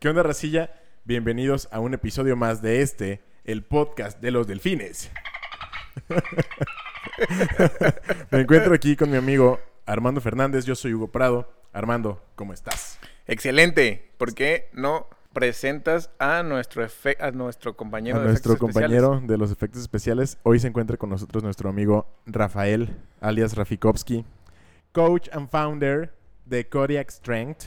¿Qué onda, racilla? Bienvenidos a un episodio más de el podcast de los delfines. Me encuentro aquí con mi amigo Armando Fernández. Yo soy Hugo Prado. Armando, ¿cómo estás? Excelente. ¿Por qué no presentas a nuestro compañero de efectos compañero de los efectos especiales? Hoy se encuentra con nosotros nuestro amigo Rafael, alias Rafikovsky, coach and founder de Kodiak Strength.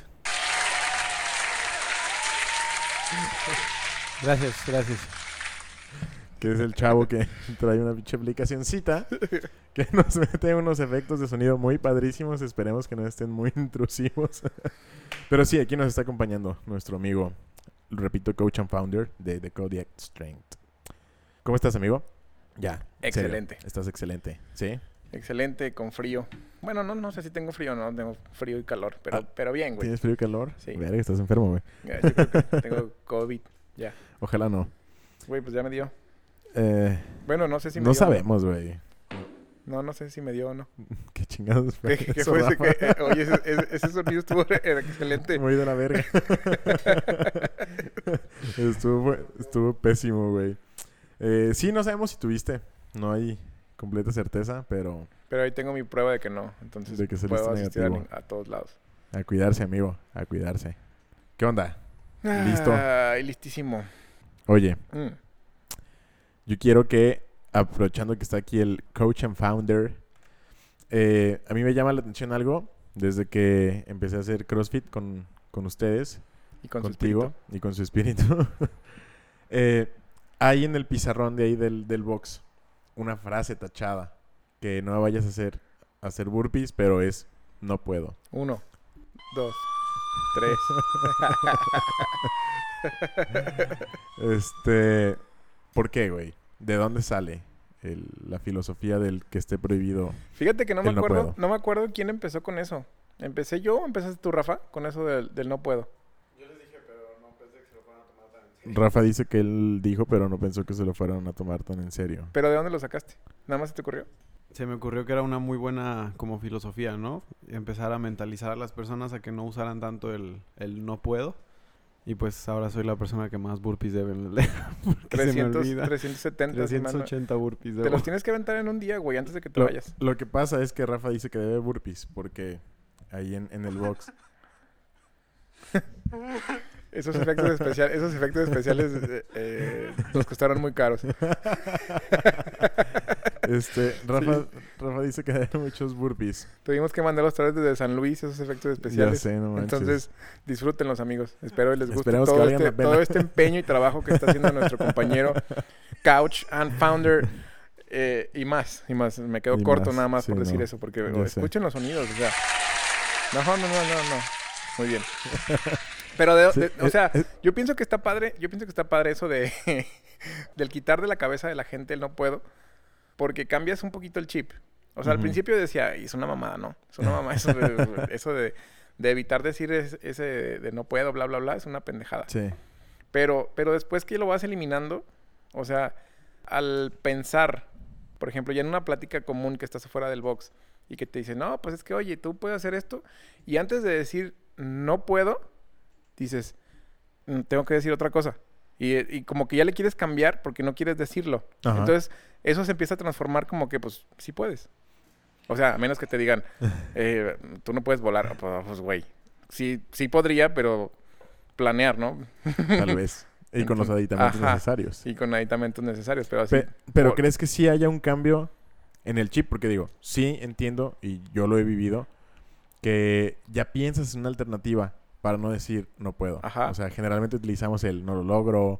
Gracias. Que es el chavo que trae una pinche aplicacioncita que nos mete unos efectos de sonido muy padrísimos. Esperemos que no estén muy intrusivos. Pero sí, aquí nos está acompañando nuestro amigo, repito, coach and founder de Kodiak Strength. ¿Cómo estás, amigo? Ya. Excelente. Estás excelente, ¿sí? Excelente, con frío. Bueno, no sé si tengo frío o no. Tengo frío y calor, pero bien, güey. ¿Tienes frío y calor? Sí. Verga, estás enfermo, güey. Yo creo que tengo COVID, ya. Ojalá no. Güey, pues ya me dio. Bueno, no sé si me dio. No sabemos, güey. No sé si me dio o no. Qué chingados fue ¿Qué eso, fue Rafa? oye, ese sonido estuvo excelente. Muy de la verga. Estuvo pésimo, güey. Sí, no sabemos si tuviste. No hay completa certeza, pero ahí tengo mi prueba de que no. Entonces de que se puedo asistir negativo. a todos lados. A cuidarse, amigo. A cuidarse. ¿Qué onda? ¿Listo? Ay, listísimo. Oye, yo quiero que, aprovechando que está aquí el coach and founder, a mí me llama la atención algo desde que empecé a hacer CrossFit con ustedes. Y con contigo y con su espíritu. Hay en el pizarrón de ahí del box una frase tachada que no vayas a hacer burpees, pero es no puedo. 1, 2, 3. ¿Por qué, güey? ¿De dónde sale la filosofía del que esté prohibido? Fíjate que no me el no acuerdo, puedo? no me acuerdo quién empezó con eso. ¿Empecé yo o empezaste tú, Rafa, con eso del no puedo? Yo les dije, pero no pensé que se lo fueran a tomar tan en serio. Rafa dice que él dijo, pero no pensó que se lo fueran a tomar tan en serio. ¿Pero de dónde lo sacaste? ¿Nada más se te ocurrió? Se me ocurrió que era una muy buena como filosofía, ¿no? Empezar a mentalizar a las personas a que no usaran tanto el no puedo. Y pues ahora soy la persona que más burpees deben leer. 370. 380 burpees Te debo. los tienes que aventar en un día, güey, antes de que te Lo, vayas. lo que pasa es que Rafa dice que debe burpees porque ahí en el box. Esos efectos especiales nos costaron muy caros. Rafa dice que debe muchos burpees. Tuvimos que mandarlos otra vez desde San Luis, esos efectos especiales. Ya sé, no manches. Entonces, disfrútenlos, amigos. Espero que les guste Esperemos que valgan la pena. todo este empeño y trabajo que está haciendo nuestro compañero Couch and Founder. Y más. Me quedo corto nada más por decir eso, porque escuchen los sonidos, o sea. No. Muy bien. Pero yo pienso que está padre eso de del quitar de la cabeza de la gente el no puedo, porque cambias un poquito el chip. O sea, al principio decía, es una mamada, ¿no? Es una mamada eso de evitar decir ese de no puedo, bla, bla, bla, es una pendejada. Sí. Pero después que lo vas eliminando, o sea, al pensar, por ejemplo, ya en una plática común que estás afuera del box y que te dicen, no, pues es que, oye, tú puedes hacer esto, y antes de decir no puedo, dices, tengo que decir otra cosa. Y como que ya le quieres cambiar porque no quieres decirlo. Ajá. Entonces, eso se empieza a transformar como que, pues, sí puedes. O sea, a menos que te digan, tú no puedes volar. Pues, güey, sí podría, pero planear, ¿no? Tal vez. Y con los aditamentos necesarios. Y con aditamentos necesarios, pero así. Pero ¿crees que sí haya un cambio en el chip? Porque digo, sí entiendo, y yo lo he vivido, que ya piensas en una alternativa para no decir no puedo. Ajá. O sea, generalmente utilizamos el no lo logro,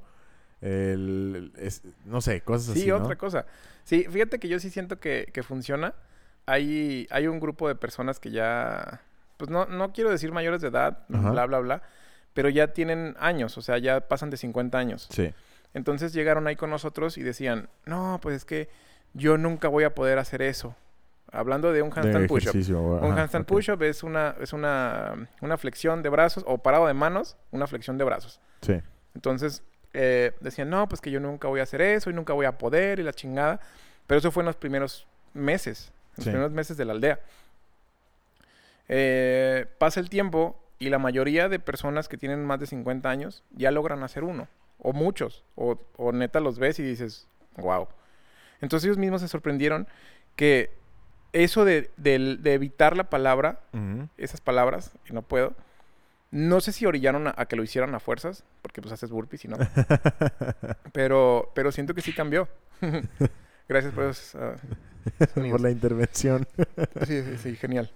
no sé, cosas así, Sí, ¿no? otra cosa. Sí, fíjate que yo sí siento que funciona. Hay un grupo de personas que ya, pues no quiero decir mayores de edad, Ajá. bla, bla, bla, pero ya tienen años, o sea, ya pasan de 50 años. Sí. Entonces llegaron ahí con nosotros y decían, no, pues es que yo nunca voy a poder hacer eso. Hablando de un handstand push-up. Un handstand push-up es una flexión de brazos, o parado de manos, una flexión de brazos. Sí. Entonces, decían, no, pues que yo nunca voy a hacer eso y nunca voy a poder y la chingada. Pero eso fue en los primeros meses, Sí. primeros meses de la aldea. Pasa el tiempo y la mayoría de personas que tienen más de 50 años ya logran hacer uno. O muchos. O neta los ves y dices, wow. Entonces ellos mismos se sorprendieron que eso de evitar la palabra, esas palabras, y no puedo, no sé si orillaron a que lo hicieran a fuerzas, porque pues haces burpees y no. pero siento que sí cambió. Gracias por esos por la intervención. Sí, genial.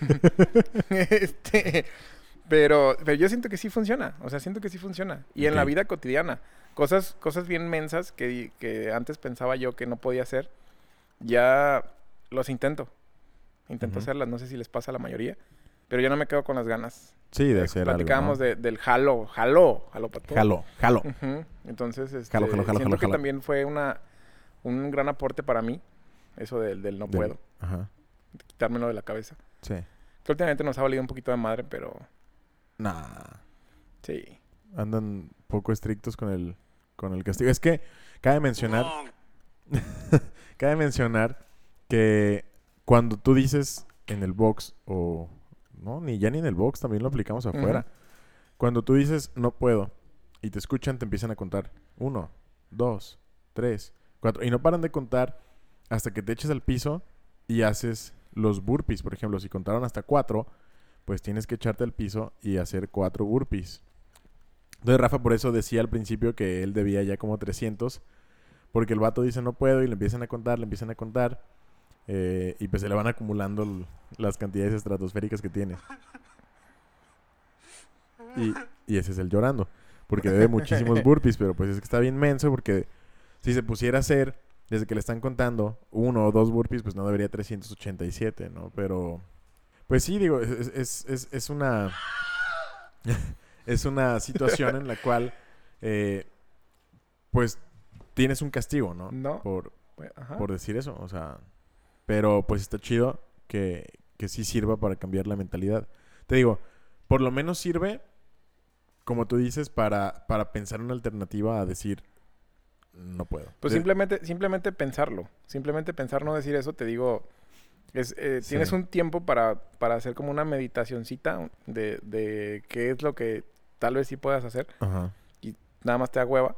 Pero yo siento que sí funciona. O sea, siento que sí funciona. Y en la vida cotidiana. Cosas bien mensas que antes pensaba yo que no podía hacer. Ya los intento. Intento hacerlas. No sé si les pasa a la mayoría. Pero yo no me quedo con las ganas. Sí, de hacer platicábamos algo, ¿no? del jalo para todo. Jalo. Entonces, Jalo, siento que también fue un gran aporte para mí. Eso del no puedo. Ajá. Quitármelo de la cabeza. Sí. Que últimamente nos ha valido un poquito de madre, pero... Nah. Sí. Andan poco estrictos con el castigo. Es que cabe mencionar... cabe mencionar que cuando tú dices en el box o... No, ni en el box, también lo aplicamos afuera. Cuando tú dices no puedo y te escuchan, te empiezan a contar 1, 2, 3, 4 y no paran de contar hasta que te eches al piso y haces los burpees. Por ejemplo, si contaron hasta 4, pues tienes que echarte al piso y hacer 4 burpees. Entonces Rafa por eso decía al principio que él debía ya como 300, porque el vato dice no puedo y le empiezan a contar y pues se le van acumulando las cantidades estratosféricas que tiene. Y ese es el llorando, porque debe muchísimos burpees, pero pues es que está bien menso, porque si se pusiera a hacer desde que le están contando 1 o 2 burpees, pues no debería 387, ¿no? Pero pues sí, digo, es una es una situación en la cual pues tienes un castigo, ¿no? Por decir eso, o sea, pero pues está chido que sí sirva para cambiar la mentalidad. Te digo, por lo menos sirve, como tú dices, para pensar una alternativa a decir no puedo. Pues simplemente pensarlo. Simplemente pensar, no decir eso, te digo, tienes un tiempo para hacer como una meditacioncita de qué es lo que tal vez sí puedas hacer. Ajá. Y nada más te da hueva.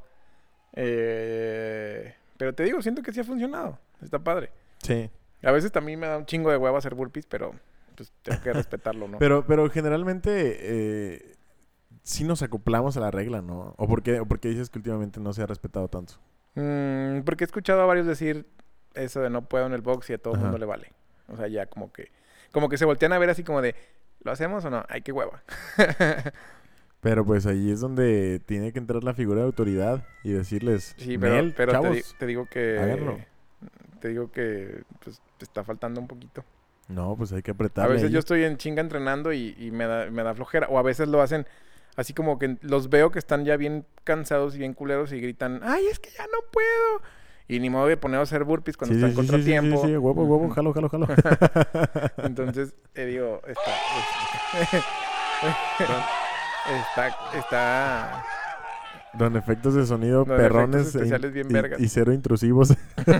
Pero te digo, siento que sí ha funcionado. Está padre. Sí. A veces también me da un chingo de hueva hacer burpees, pero pues tengo que respetarlo, ¿no? Pero generalmente sí nos acoplamos a la regla, ¿no? ¿O por qué dices que últimamente no se ha respetado tanto? Porque he escuchado a varios decir eso de no puedo en el box y a todo el mundo le vale. O sea, ya como que se voltean a ver así como de, ¿lo hacemos o no? Ay, qué hueva. Pero pues ahí es donde tiene que entrar la figura de autoridad y decirles, sí, pero chavos, te digo que... háganlo. Te digo que pues te está faltando un poquito. No, pues hay que apretarle. A veces ahí. yo estoy en chinga entrenando y me da flojera. O a veces lo hacen así como que los veo que están ya bien cansados y bien culeros y gritan, ¡ay, es que ya no puedo! Y ni modo de poner a hacer burpees cuando está en contratiempo. Sí, huevo, jalo. Entonces, te digo, está... Don efectos de sonido perrones especiales bien vergas. y cero intrusivos.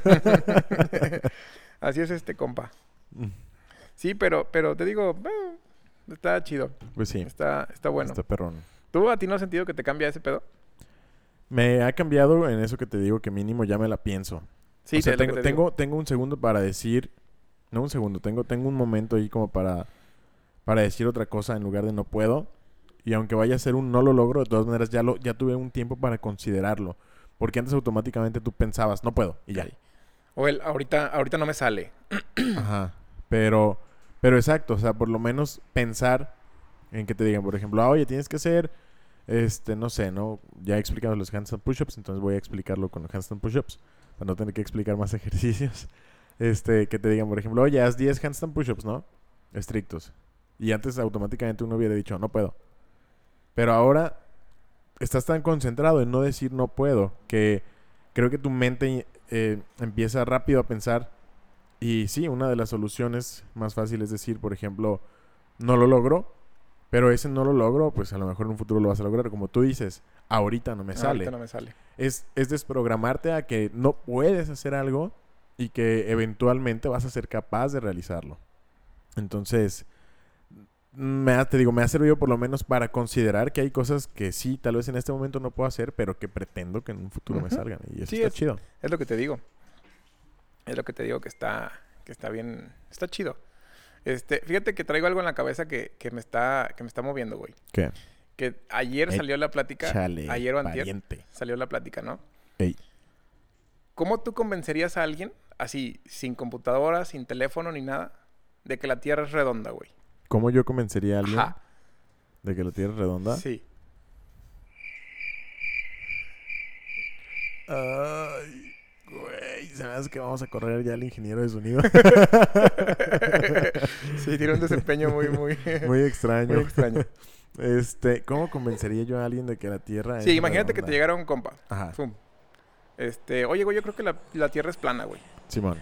Así es compa. Sí, pero te digo, está chido. Pues sí. Está bueno. Está perrón. ¿Tú a ti no has sentido que te cambia ese pedo? Me ha cambiado en eso que te digo, que mínimo ya me la pienso. Sí, o sea, tengo un segundo para decir... No un segundo, tengo un momento ahí como para decir otra cosa en lugar de no puedo. Y aunque vaya a ser un no lo logro, de todas maneras ya tuve un tiempo para considerarlo. Porque antes automáticamente tú pensabas, no puedo, y ya. O ahorita no me sale. Ajá. Pero exacto, o sea, por lo menos pensar en que te digan, por ejemplo, oye, tienes que hacer, no sé, ¿no? Ya he explicado los handstand push-ups, entonces voy a explicarlo con los handstand push-ups, para no tener que explicar más ejercicios. Que te digan, por ejemplo, oye, haz 10 handstand push-ups, ¿no? Estrictos. Y antes automáticamente uno hubiera dicho, no puedo. Pero ahora estás tan concentrado en no decir no puedo, que creo que tu mente empieza rápido a pensar. Y sí, una de las soluciones más fáciles es decir, por ejemplo, no lo logro, pero ese no lo logro, pues a lo mejor en un futuro lo vas a lograr. Como tú dices, ahorita no me sale. Ahorita no me sale. Es desprogramarte a que no puedes hacer algo y que eventualmente vas a ser capaz de realizarlo. Entonces, me ha servido por lo menos para considerar que hay cosas que sí, tal vez en este momento no puedo hacer, pero que pretendo que en un futuro me salgan. Y eso está chido. Es lo que te digo. Es lo que te digo que está bien. Está chido. Fíjate que traigo algo en la cabeza que me está moviendo, güey. ¿Qué? Que ayer salió la plática. Chale, ayer o antier valiente. salió la plática, ¿no? Ey. ¿Cómo tú convencerías a alguien, así, sin computadora, sin teléfono ni nada, de que la Tierra es redonda, güey? ¿Cómo yo convencería a alguien Ajá. de que la Tierra es redonda? Sí. Ay, güey, se me hace que vamos a correr ya al ingeniero de sonido. Sí, tiene un desempeño muy muy extraño. muy extraño. ¿Cómo convencería yo a alguien de que la Tierra Sí, es imagínate redonda? que te llegara un compa. Ajá. Pum. Oye, güey, yo creo que la Tierra es plana, güey. Simón.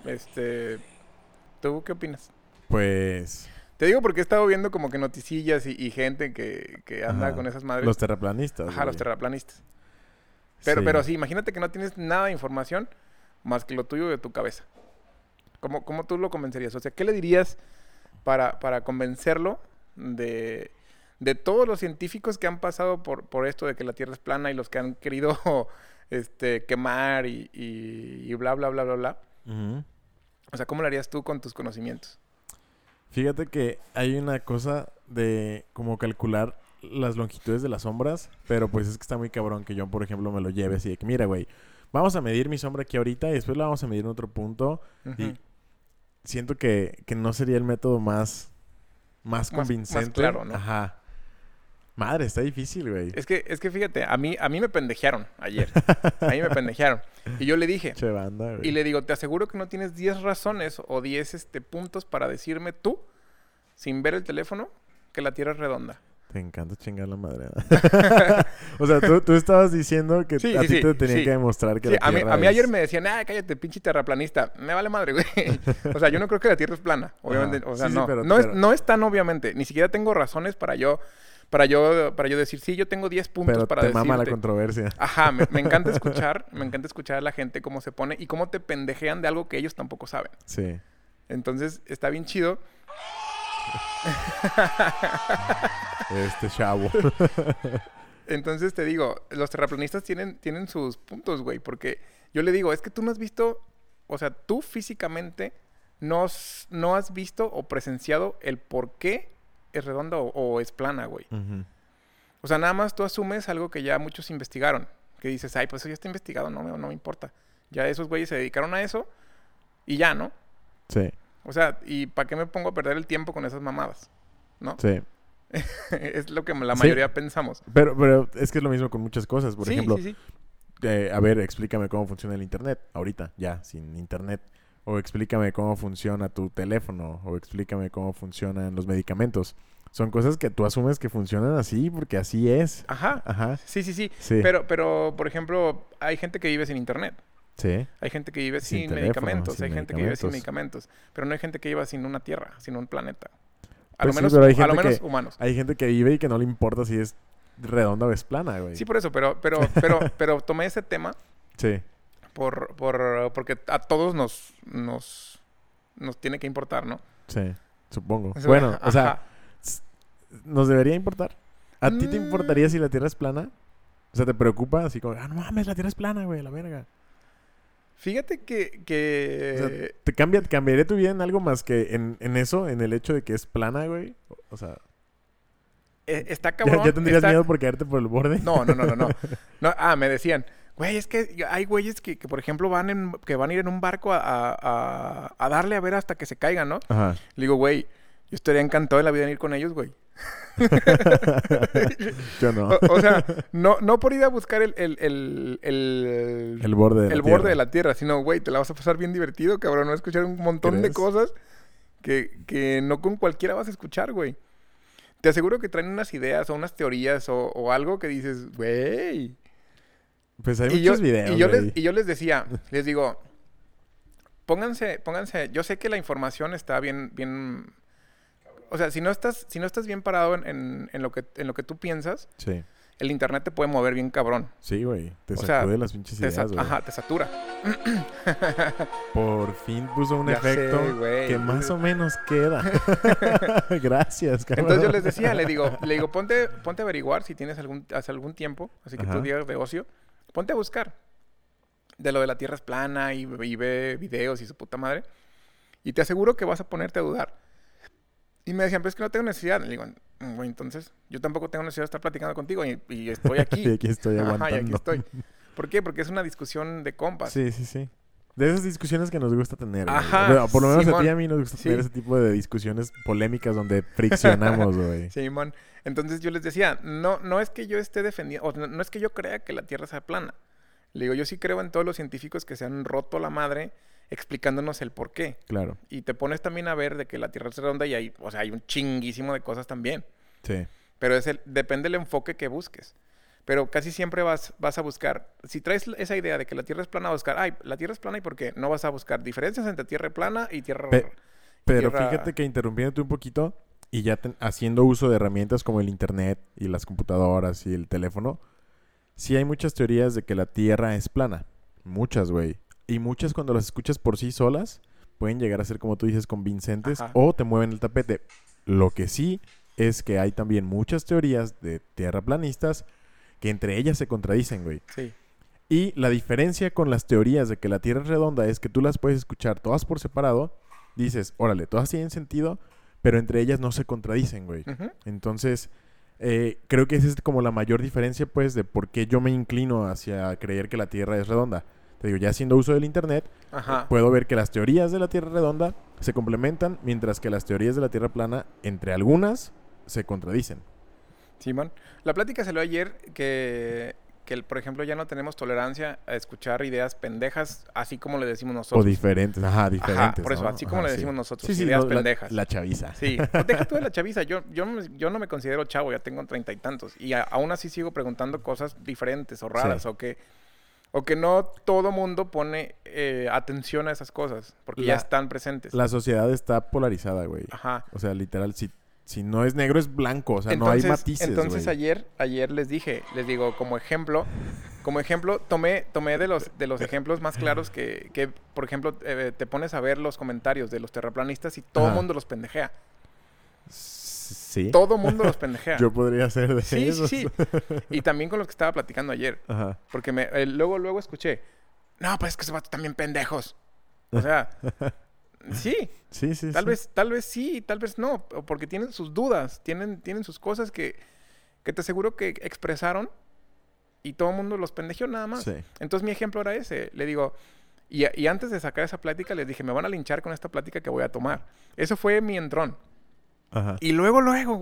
¿Tú qué opinas? Pues... Te digo porque he estado viendo como que noticillas y gente que anda Ajá. con esas madres. Los terraplanistas. Ajá, güey. los terraplanistas. Pero sí, imagínate que no tienes nada de información más que lo tuyo de tu cabeza. ¿Cómo tú lo convencerías? O sea, ¿qué le dirías para convencerlo de todos los científicos que han pasado por esto de que la Tierra es plana y los que han querido quemar y bla, bla, bla, bla, bla? Uh-huh. O sea, ¿cómo lo harías tú con tus conocimientos? Fíjate que hay una cosa de como calcular las longitudes de las sombras, pero pues es que está muy cabrón que yo, por ejemplo, me lo lleve así de que, mira, güey, vamos a medir mi sombra aquí ahorita y después la vamos a medir en otro punto. Uh-huh. Y siento que no sería el método más convincente. Más claro, ¿no? Ajá. Madre, está difícil, güey. Es que fíjate, a mí me pendejearon ayer. A mí me pendejearon. Y yo le dije, Che banda, güey. y le digo, te aseguro que no tienes 10 razones o 10 puntos para decirme tú, sin ver el teléfono, que la Tierra es redonda. Te encanta chingar la madre. O sea, tú estabas diciendo que Sí, a sí, ti sí, te tenían sí. que demostrar que Sí, la a Tierra mí ayer me decían, cállate, pinche terraplanista. Me vale madre, güey. O sea, yo no creo que la Tierra es plana, obviamente. Ajá. O sea, Sí, no. pero- No es tan obviamente. Ni siquiera tengo razones para yo decir, sí, yo tengo 10 puntos Pero para te decirte. mama la controversia. Ajá, me encanta escuchar a la gente cómo se pone y cómo te pendejean de algo que ellos tampoco saben. Sí. Entonces, está bien chido. Chavo. Entonces, te digo, los terraplanistas tienen sus puntos, güey, porque yo le digo, es que tú no has visto, o sea, tú físicamente no has visto o presenciado el por qué es redonda o es plana, güey. Ujú. O sea, nada más tú asumes algo que ya muchos investigaron. Que dices, ay, pues eso ya está investigado, no me importa. Ya esos güeyes se dedicaron a eso y ya, ¿no? Sí, O sea, ¿y para qué me pongo a perder el tiempo con esas mamadas? ¿No? sí. Es lo que la Sí. mayoría pensamos. Pero es que es lo mismo con muchas cosas. Por Sí, ejemplo, sí. a ver, explícame cómo funciona el internet. Ahorita, ya, sin internet. O explícame cómo funciona tu teléfono. O explícame cómo funcionan los medicamentos. Son cosas que tú asumes que funcionan así porque así es. Ajá. Ajá. Sí. Sí. Pero, por ejemplo, hay gente que vive sin internet. Sí. Hay gente que vive Sin sin teléfono, medicamentos. sin Hay gente que vive sin medicamentos. medicamentos. Pero no hay gente que viva sin una tierra, sin un planeta. A Pues lo sí, menos, pero hay a lo gente menos que- humanos. Hay gente que vive y que no le importa si es redonda o es plana, güey. Sí, por eso. Pero tomé ese tema Sí. porque a todos nos tiene que importar, ¿no? Sí. Supongo. O sea, Bueno, o sea, ajá. ¿nos debería importar? ¿A ti te Mm. importaría si la Tierra es plana? O sea, ¿te preocupa? Así como, no mames, la Tierra es plana, güey, la verga. Fíjate O sea, ¿cambiaría tu vida en algo más que en eso? En el hecho de que es plana, güey. O sea, está ¿ya, cabrón. ya tendrías está- miedo por caerte por el borde? No. Me decían, güey, es que hay güeyes que por ejemplo, van a ir en un barco a darle a ver hasta que se caigan, ¿no? Ajá. Le digo, güey, yo estaría encantado de la vida en ir con ellos, güey. Yo no. O sea, no por ir a buscar el borde de la el Tierra. borde de la tierra, sino, güey, te la vas a pasar bien divertido, cabrón. Vas a escuchar un montón de ¿Crees? cosas que no con cualquiera vas a escuchar, güey. Te aseguro que traen unas ideas o unas teorías o algo que dices, güey. Pues hay Y yo, muchos videos, y yo güey. les les decía, les digo, pónganse, yo sé que la información está bien, o sea, si no estás bien parado en lo que tú piensas, Sí. el internet te puede mover bien cabrón. Sí, güey. Te sacude las pinches ideas, güey. Ajá, te satura. Por fin puso un efecto que más o menos queda. Gracias, cabrón. Entonces yo les decía, le digo, ponte a averiguar si tienes hace algún tiempo, así que tu día de ocio, ponte a buscar de lo de la Tierra es plana y ve videos y su puta madre. Y te aseguro que vas a ponerte a dudar. Y me decían, pero es que no tengo necesidad. Le digo, güey, entonces yo tampoco tengo necesidad de estar platicando contigo y estoy aquí. Y aquí estoy aguantando. Ajá, y aquí estoy. ¿Por qué? Porque es una discusión de compas. Sí. De esas discusiones que nos gusta tener. Ajá. Güey. Por lo menos a ti y a mí nos gusta tener ese tipo de discusiones polémicas donde friccionamos, güey. Simón. Entonces yo les decía, no es que yo esté defendiendo, o no es que yo crea que la Tierra sea plana. Le digo, yo sí creo en todos los científicos que se han roto la madre explicándonos el por qué. Claro. Y te pones también a ver de que la Tierra es redonda y hay un chinguísimo de cosas también. Sí. Pero depende del enfoque que busques. Pero casi siempre vas a buscar, si traes esa idea de que la Tierra es plana, vas a buscar, la Tierra es plana, ¿y por qué? No vas a buscar diferencias entre Tierra plana y Tierra... Pero fíjate que interrumpiéndote un poquito y ya haciendo uso de herramientas como el internet y las computadoras y el teléfono, sí hay muchas teorías de que la Tierra es plana. Muchas, güey. Y muchas cuando las escuchas por sí solas pueden llegar a ser, como tú dices, convincentes. Ajá. O te mueven el tapete. Lo que sí es que hay también muchas teorías de tierraplanistas que entre ellas se contradicen, güey. Sí. Y la diferencia con las teorías de que la Tierra es redonda es que tú las puedes escuchar todas por separado. Dices, órale, todas tienen sentido, pero entre ellas no se contradicen, güey. Uh-huh. Entonces, creo que esa es como la mayor diferencia, pues, de por qué yo me inclino hacia creer que la Tierra es redonda. Te digo, ya haciendo uso del internet, puedo ver que las teorías de la Tierra redonda se complementan, mientras que las teorías de la Tierra plana, entre algunas, se contradicen. Simón, la plática salió ayer que por ejemplo, ya no tenemos tolerancia a escuchar ideas pendejas, así como le decimos nosotros. O diferentes, diferentes. Por eso, ¿no? Así como le decimos nosotros, sí, ideas pendejas. La chaviza. Sí, deja tú de la chaviza. Yo no me considero chavo, ya tengo 30 y tantos. Y aún así sigo preguntando cosas diferentes o raras, o que no todo mundo pone atención a esas cosas, porque ya están presentes. La sociedad está polarizada, güey. Ajá. O sea, literal, si no es negro es blanco, o sea, entonces, no hay matices, entonces ayer les digo, como ejemplo, tomé de los ejemplos más claros que por ejemplo, te pones a ver los comentarios de los terraplanistas y todo el mundo los pendejea. Sí. Todo mundo los pendejea. Yo podría ser de esos. Sí. Y también con los que estaba platicando ayer. Ajá. Porque luego escuché, no, pues es que se vatos también pendejos. O sea... Sí. Tal vez sí, tal vez no, porque tienen sus dudas, tienen sus cosas que te aseguro que expresaron y todo el mundo los pendejeó nada más. Sí. Entonces mi ejemplo era ese, le digo, y antes de sacar esa plática les dije, me van a linchar con esta plática que voy a tomar. Eso fue mi entrón. Ajá. Y luego,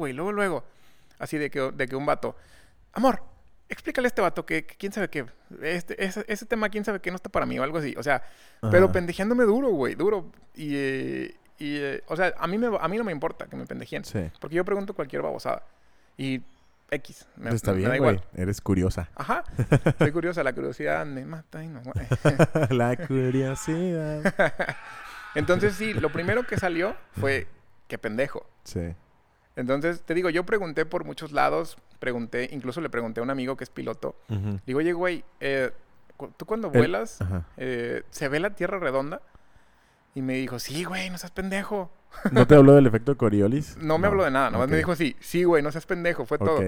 así de que un vato, amor, explícale a este vato que quién sabe qué, ese tema quién sabe qué no está para mí o algo así, o sea, pero pendejeándome duro, güey, duro. O sea, a mí no me importa que me pendejeen, porque yo pregunto cualquier babosada y X, está bien, da igual. Eres curiosa. Ajá, soy curiosa, la curiosidad me mata y no, güey. La curiosidad. Entonces sí, lo primero que salió fue que pendejo. Sí. Entonces, te digo, yo pregunté por muchos lados, incluso le pregunté a un amigo que es piloto. Uh-huh. Digo, oye, güey, ¿tú cuando vuelas, se ve la Tierra redonda? Y me dijo, sí, güey, no seas pendejo. ¿No te habló del efecto Coriolis? No me habló de nada, nomás me dijo sí, güey, no seas pendejo, fue todo.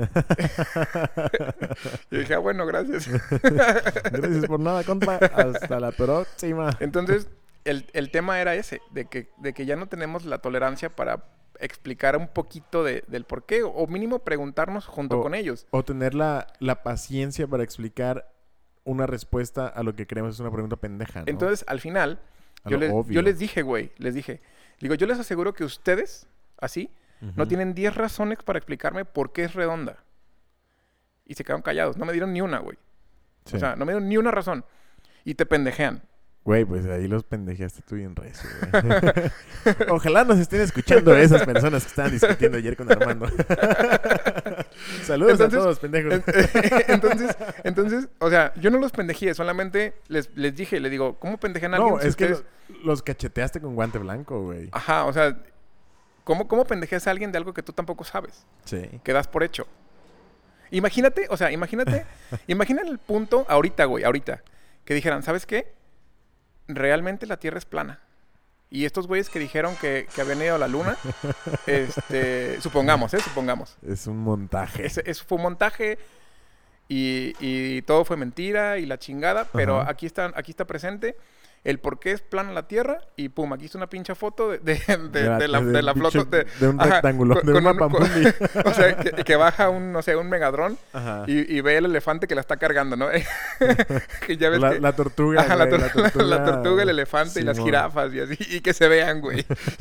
Y dije, bueno, gracias. Gracias por nada, compa. Hasta la próxima. Entonces, el tema era ese, de que ya no tenemos la tolerancia para explicar un poquito del por qué, o mínimo preguntarnos junto con ellos. O tener la paciencia para explicar una respuesta a lo que creemos es una pregunta pendeja, ¿no? Entonces, al final, yo les dije, güey, digo, yo les aseguro que ustedes, así, no tienen 10 razones para explicarme por qué es redonda. Y se quedaron callados, no me dieron ni una, güey. Sí. O sea, no me dieron ni una razón. Y te pendejean. Güey, pues ahí los pendejeaste tú bien recio, güey. Ojalá nos estén escuchando esas personas que estaban discutiendo ayer con Armando. Saludos a todos, pendejos. Entonces, o sea, yo no los pendejeé, solamente les dije, les digo, ¿cómo pendejean a alguien? No, es que los cacheteaste con guante blanco, güey. Ajá, o sea, ¿cómo pendejeas a alguien de algo que tú tampoco sabes? Sí. Que das por hecho. Imagínate, o sea, imagina el punto ahorita, güey, ahorita. Que dijeran, ¿sabes qué? Realmente la Tierra es plana. Y estos güeyes que dijeron que habían ido a la Luna, supongamos. Es un montaje. Eso fue un montaje y todo fue mentira y la chingada, pero aquí está presente el por qué es plana la Tierra y pum, aquí está una pinche foto de la flota de un rectángulo, de un mapamundi. O sea, que baja un megadrón y ve el elefante que la está cargando, ¿no? Que ya ves la tortuga, la tortuga, el elefante sí, y las jirafas y así, y que se vean, güey.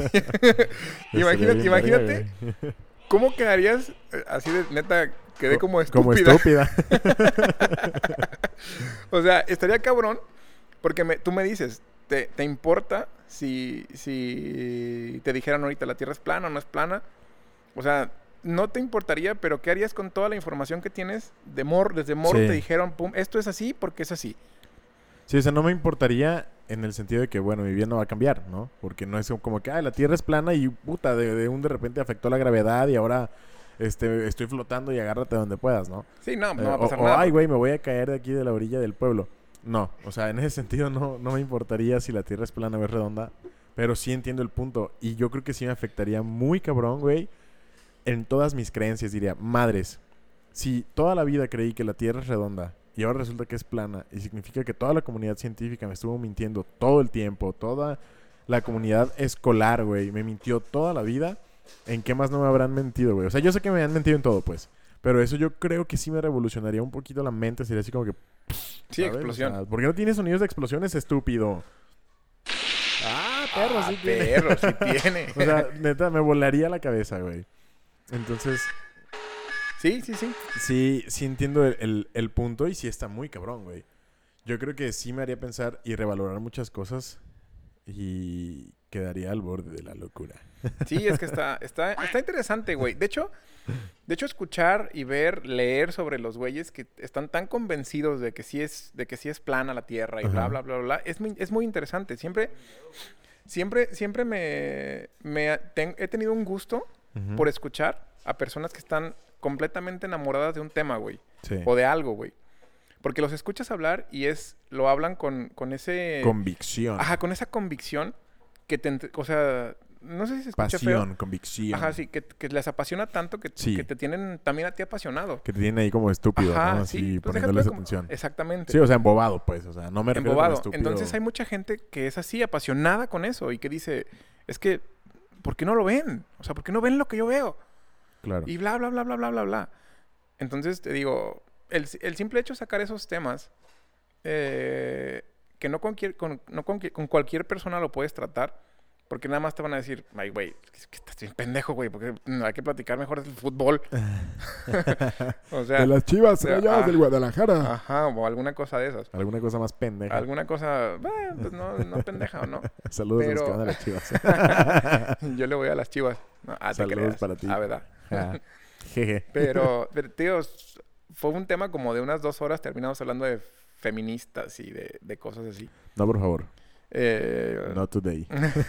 Imagínate cómo quedarías así de neta. Quedé como estúpida. O sea, estaría cabrón. Porque tú me dices, ¿te importa si te dijeran ahorita la Tierra es plana o no es plana? O sea, no te importaría, pero ¿qué harías con toda la información que tienes? Desde morro te dijeron, pum, esto es así porque es así. Sí, o sea, no me importaría en el sentido de que, bueno, mi vida no va a cambiar, ¿no? Porque no es como que, la Tierra es plana y, puta, de repente afectó la gravedad y ahora... estoy flotando y agárrate donde puedas, ¿no? Sí, no va a pasar nada. Ay, güey, me voy a caer de aquí de la orilla del pueblo. No, o sea, en ese sentido no me importaría si la Tierra es plana o es redonda, pero sí entiendo el punto. Y yo creo que sí me afectaría muy cabrón, güey, en todas mis creencias. Diría, madres, si toda la vida creí que la Tierra es redonda y ahora resulta que es plana, y significa que toda la comunidad científica me estuvo mintiendo todo el tiempo, toda la comunidad escolar, güey, me mintió toda la vida, ¿en qué más no me habrán mentido, güey? O sea, yo sé que me han mentido en todo, pues. Pero eso yo creo que sí me revolucionaría un poquito la mente. Sería así como que... Sí, ¿sabes? Explosión. O sea, ¿por qué no tiene sonidos de explosiones, estúpido? Perro, sí tiene. Perro, sí tiene. O sea, neta, me volaría la cabeza, güey. Entonces... Sí. Sí entiendo el punto y sí está muy cabrón, güey. Yo creo que sí me haría pensar y revalorar muchas cosas y quedaría al borde de la locura. Sí, es que está interesante, güey. De hecho, escuchar y leer sobre los güeyes que están tan convencidos de que sí es plana la Tierra y bla, bla, bla, bla, es muy interesante. Siempre he tenido un gusto por escuchar a personas que están completamente enamoradas de un tema, güey. Sí. O de algo, güey. Porque los escuchas hablar y lo hablan con ese... Convicción. Ajá, con esa convicción que o sea... No sé si se escucha pasión, feo. convicción. Ajá, sí, que les apasiona tanto que te tienen también a ti apasionado. Que te tienen ahí como estúpido, ¿no? Así, sí, pues poniéndoles atención. Exactamente. Sí, o sea, embobado, pues. O sea, no me refiero embobado. A estúpido. Entonces hay mucha gente que es así, apasionada con eso y que dice, es que, ¿por qué no lo ven? O sea, ¿por qué no ven lo que yo veo? Claro. Y bla, bla, bla, bla, bla, bla, bla. Entonces, te digo, el simple hecho de sacar esos temas, que no con cualquier persona lo puedes tratar, porque nada más te van a decir, ay, güey, que estás bien pendejo, güey, porque hay que platicar mejor del fútbol. O sea, de las Chivas Rayadas del Guadalajara. Ajá, o alguna cosa de esas. Alguna cosa más pendeja. Alguna cosa, pues no pendeja o no. Saludos a los que van a las Chivas. Yo le voy a las Chivas. No, saludos para ti. ¿Verdad? Jeje. Pero, tíos, fue un tema como de unas 2 horas. Terminamos hablando de feministas y de cosas así. No, por favor. Not today.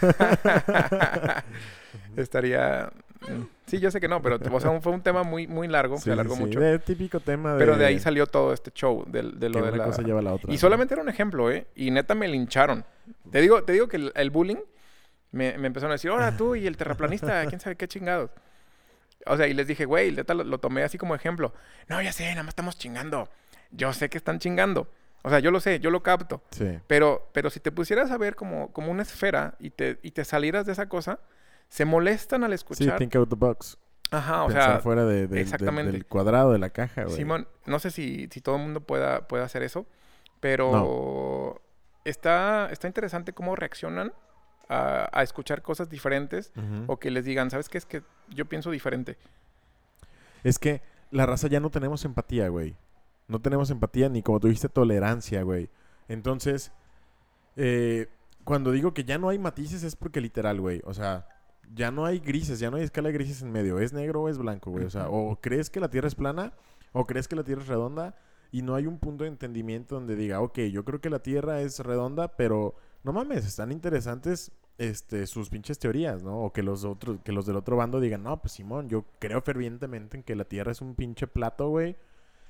Estaría... Sí, yo sé que no, pero o sea, fue un tema muy, muy largo. Se alargó mucho. Típico tema de... Pero de ahí salió todo este show de lo de una cosa lleva a la otra. Y solamente era un ejemplo, ¿eh? Y neta me lincharon. Te digo que el bullying me empezaron a decir, ahora tú y el terraplanista, quién sabe qué chingados. O sea, y les dije, güey, neta lo tomé así como ejemplo. No, ya sé, nada más estamos chingando. Yo sé que están chingando. O sea, yo lo sé, yo lo capto. Sí. Pero si te pusieras a ver como una esfera y te salieras de esa cosa, se molestan al escuchar. Sí, think out the box. Ajá, o pensar sea... fuera exactamente. del cuadrado de la caja, güey. Simón, no sé si todo el mundo pueda hacer eso, pero está interesante cómo reaccionan a escuchar cosas diferentes o que les digan, ¿sabes qué? Es que yo pienso diferente. Es que la raza ya no tenemos empatía, güey. No tenemos empatía ni, como tú dijiste, tolerancia, güey. Entonces, cuando digo que ya no hay matices es porque literal, güey. O sea, ya no hay grises, ya no hay escala de grises en medio. Es negro o es blanco, güey. O sea, o crees que la Tierra es plana o crees que la Tierra es redonda y no hay un punto de entendimiento donde diga, ok, yo creo que la Tierra es redonda, pero no mames, están interesantes sus pinches teorías, ¿no? O que los del otro bando digan, no, pues Simón, yo creo fervientemente en que la Tierra es un pinche plato, güey.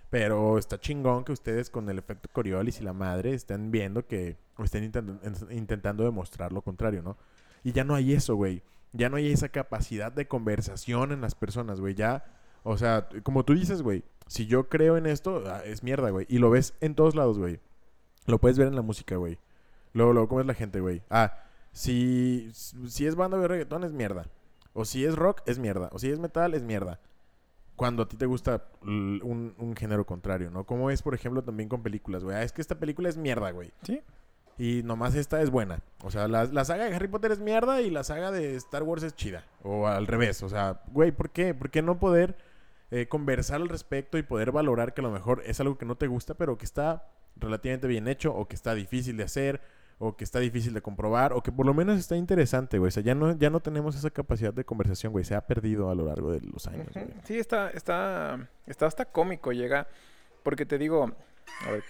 Pero está chingón que ustedes con el efecto Coriolis y la madre estén viendo que... O estén intentando demostrar lo contrario, ¿no? Y ya no hay eso, güey. Ya no hay esa capacidad de conversación en las personas, güey. Ya... O sea, como tú dices, güey. Si yo creo en esto, es mierda, güey. Y lo ves en todos lados, güey. Lo puedes ver en la música, güey. Luego, ¿cómo es la gente, güey? Si es banda de reggaetón, es mierda. O si es rock, es mierda. O si es metal, es mierda. Cuando a ti te gusta un género contrario, ¿no? Como es, por ejemplo, también con películas, güey. Es que esta película es mierda, güey. Sí. Y nomás esta es buena. O sea, la saga de Harry Potter es mierda y la saga de Star Wars es chida. O al revés. O sea, güey, ¿por qué? ¿Por qué no poder conversar al respecto y poder valorar que a lo mejor es algo que no te gusta, pero que está relativamente bien hecho o que está difícil de hacer o que está difícil de comprobar o que por lo menos está interesante, güey? O sea, ya no tenemos esa capacidad de conversación, güey. Se ha perdido a lo largo de los años, güey. Sí, está hasta cómico, llega. Porque te digo... A ver...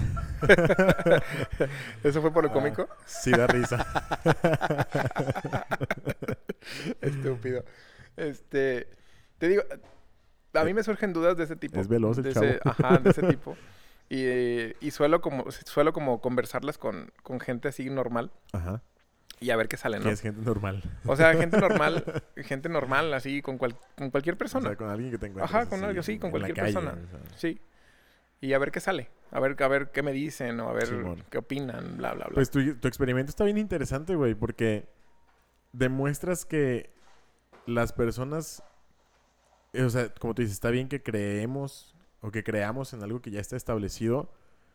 ¿Eso fue por lo cómico? Sí, da risa. Estúpido. Te digo, a mí me surgen dudas de ese tipo. Es veloz el chavo. Ajá, de ese tipo. Y suelo como conversarlas con gente así normal. Ajá. Y a ver qué sale, ¿no? Que es gente normal. O sea, gente normal, así, con cualquier persona. O sea, con alguien que te encuentres. Ajá, con alguien, sí, con cualquier persona. O sea. Sí. Y a ver qué sale. A ver qué me dicen o a ver qué opinan, bla, bla, bla. Pues tu experimento está bien interesante, güey, porque demuestras que las personas... O sea, como tú dices, está bien que creemos o que creamos en algo que ya está establecido,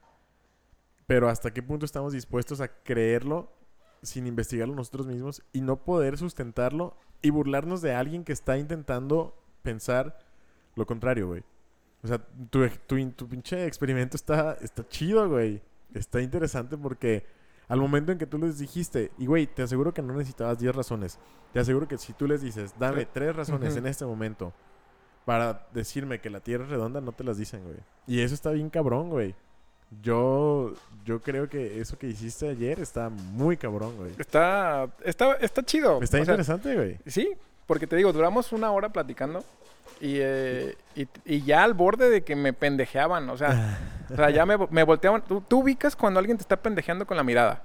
pero ¿hasta qué punto estamos dispuestos a creerlo sin investigarlo nosotros mismos y no poder sustentarlo y burlarnos de alguien que está intentando pensar lo contrario, güey? O sea, tu pinche experimento está chido, güey. Está interesante porque al momento en que tú les dijiste, y güey, te aseguro que no necesitabas 10 razones. Te aseguro que si tú les dices, dame 3 razones en este momento para decirme que la Tierra es redonda, no te las dicen, güey. Y eso está bien cabrón, güey. Yo creo que eso que hiciste ayer está muy cabrón, güey. Está chido. Está interesante, güey. Sí, porque te digo, duramos 1 hora platicando y ya al borde de que me pendejeaban. O sea ya me volteaban. ¿Tú ubicas cuando alguien te está pendejeando con la mirada?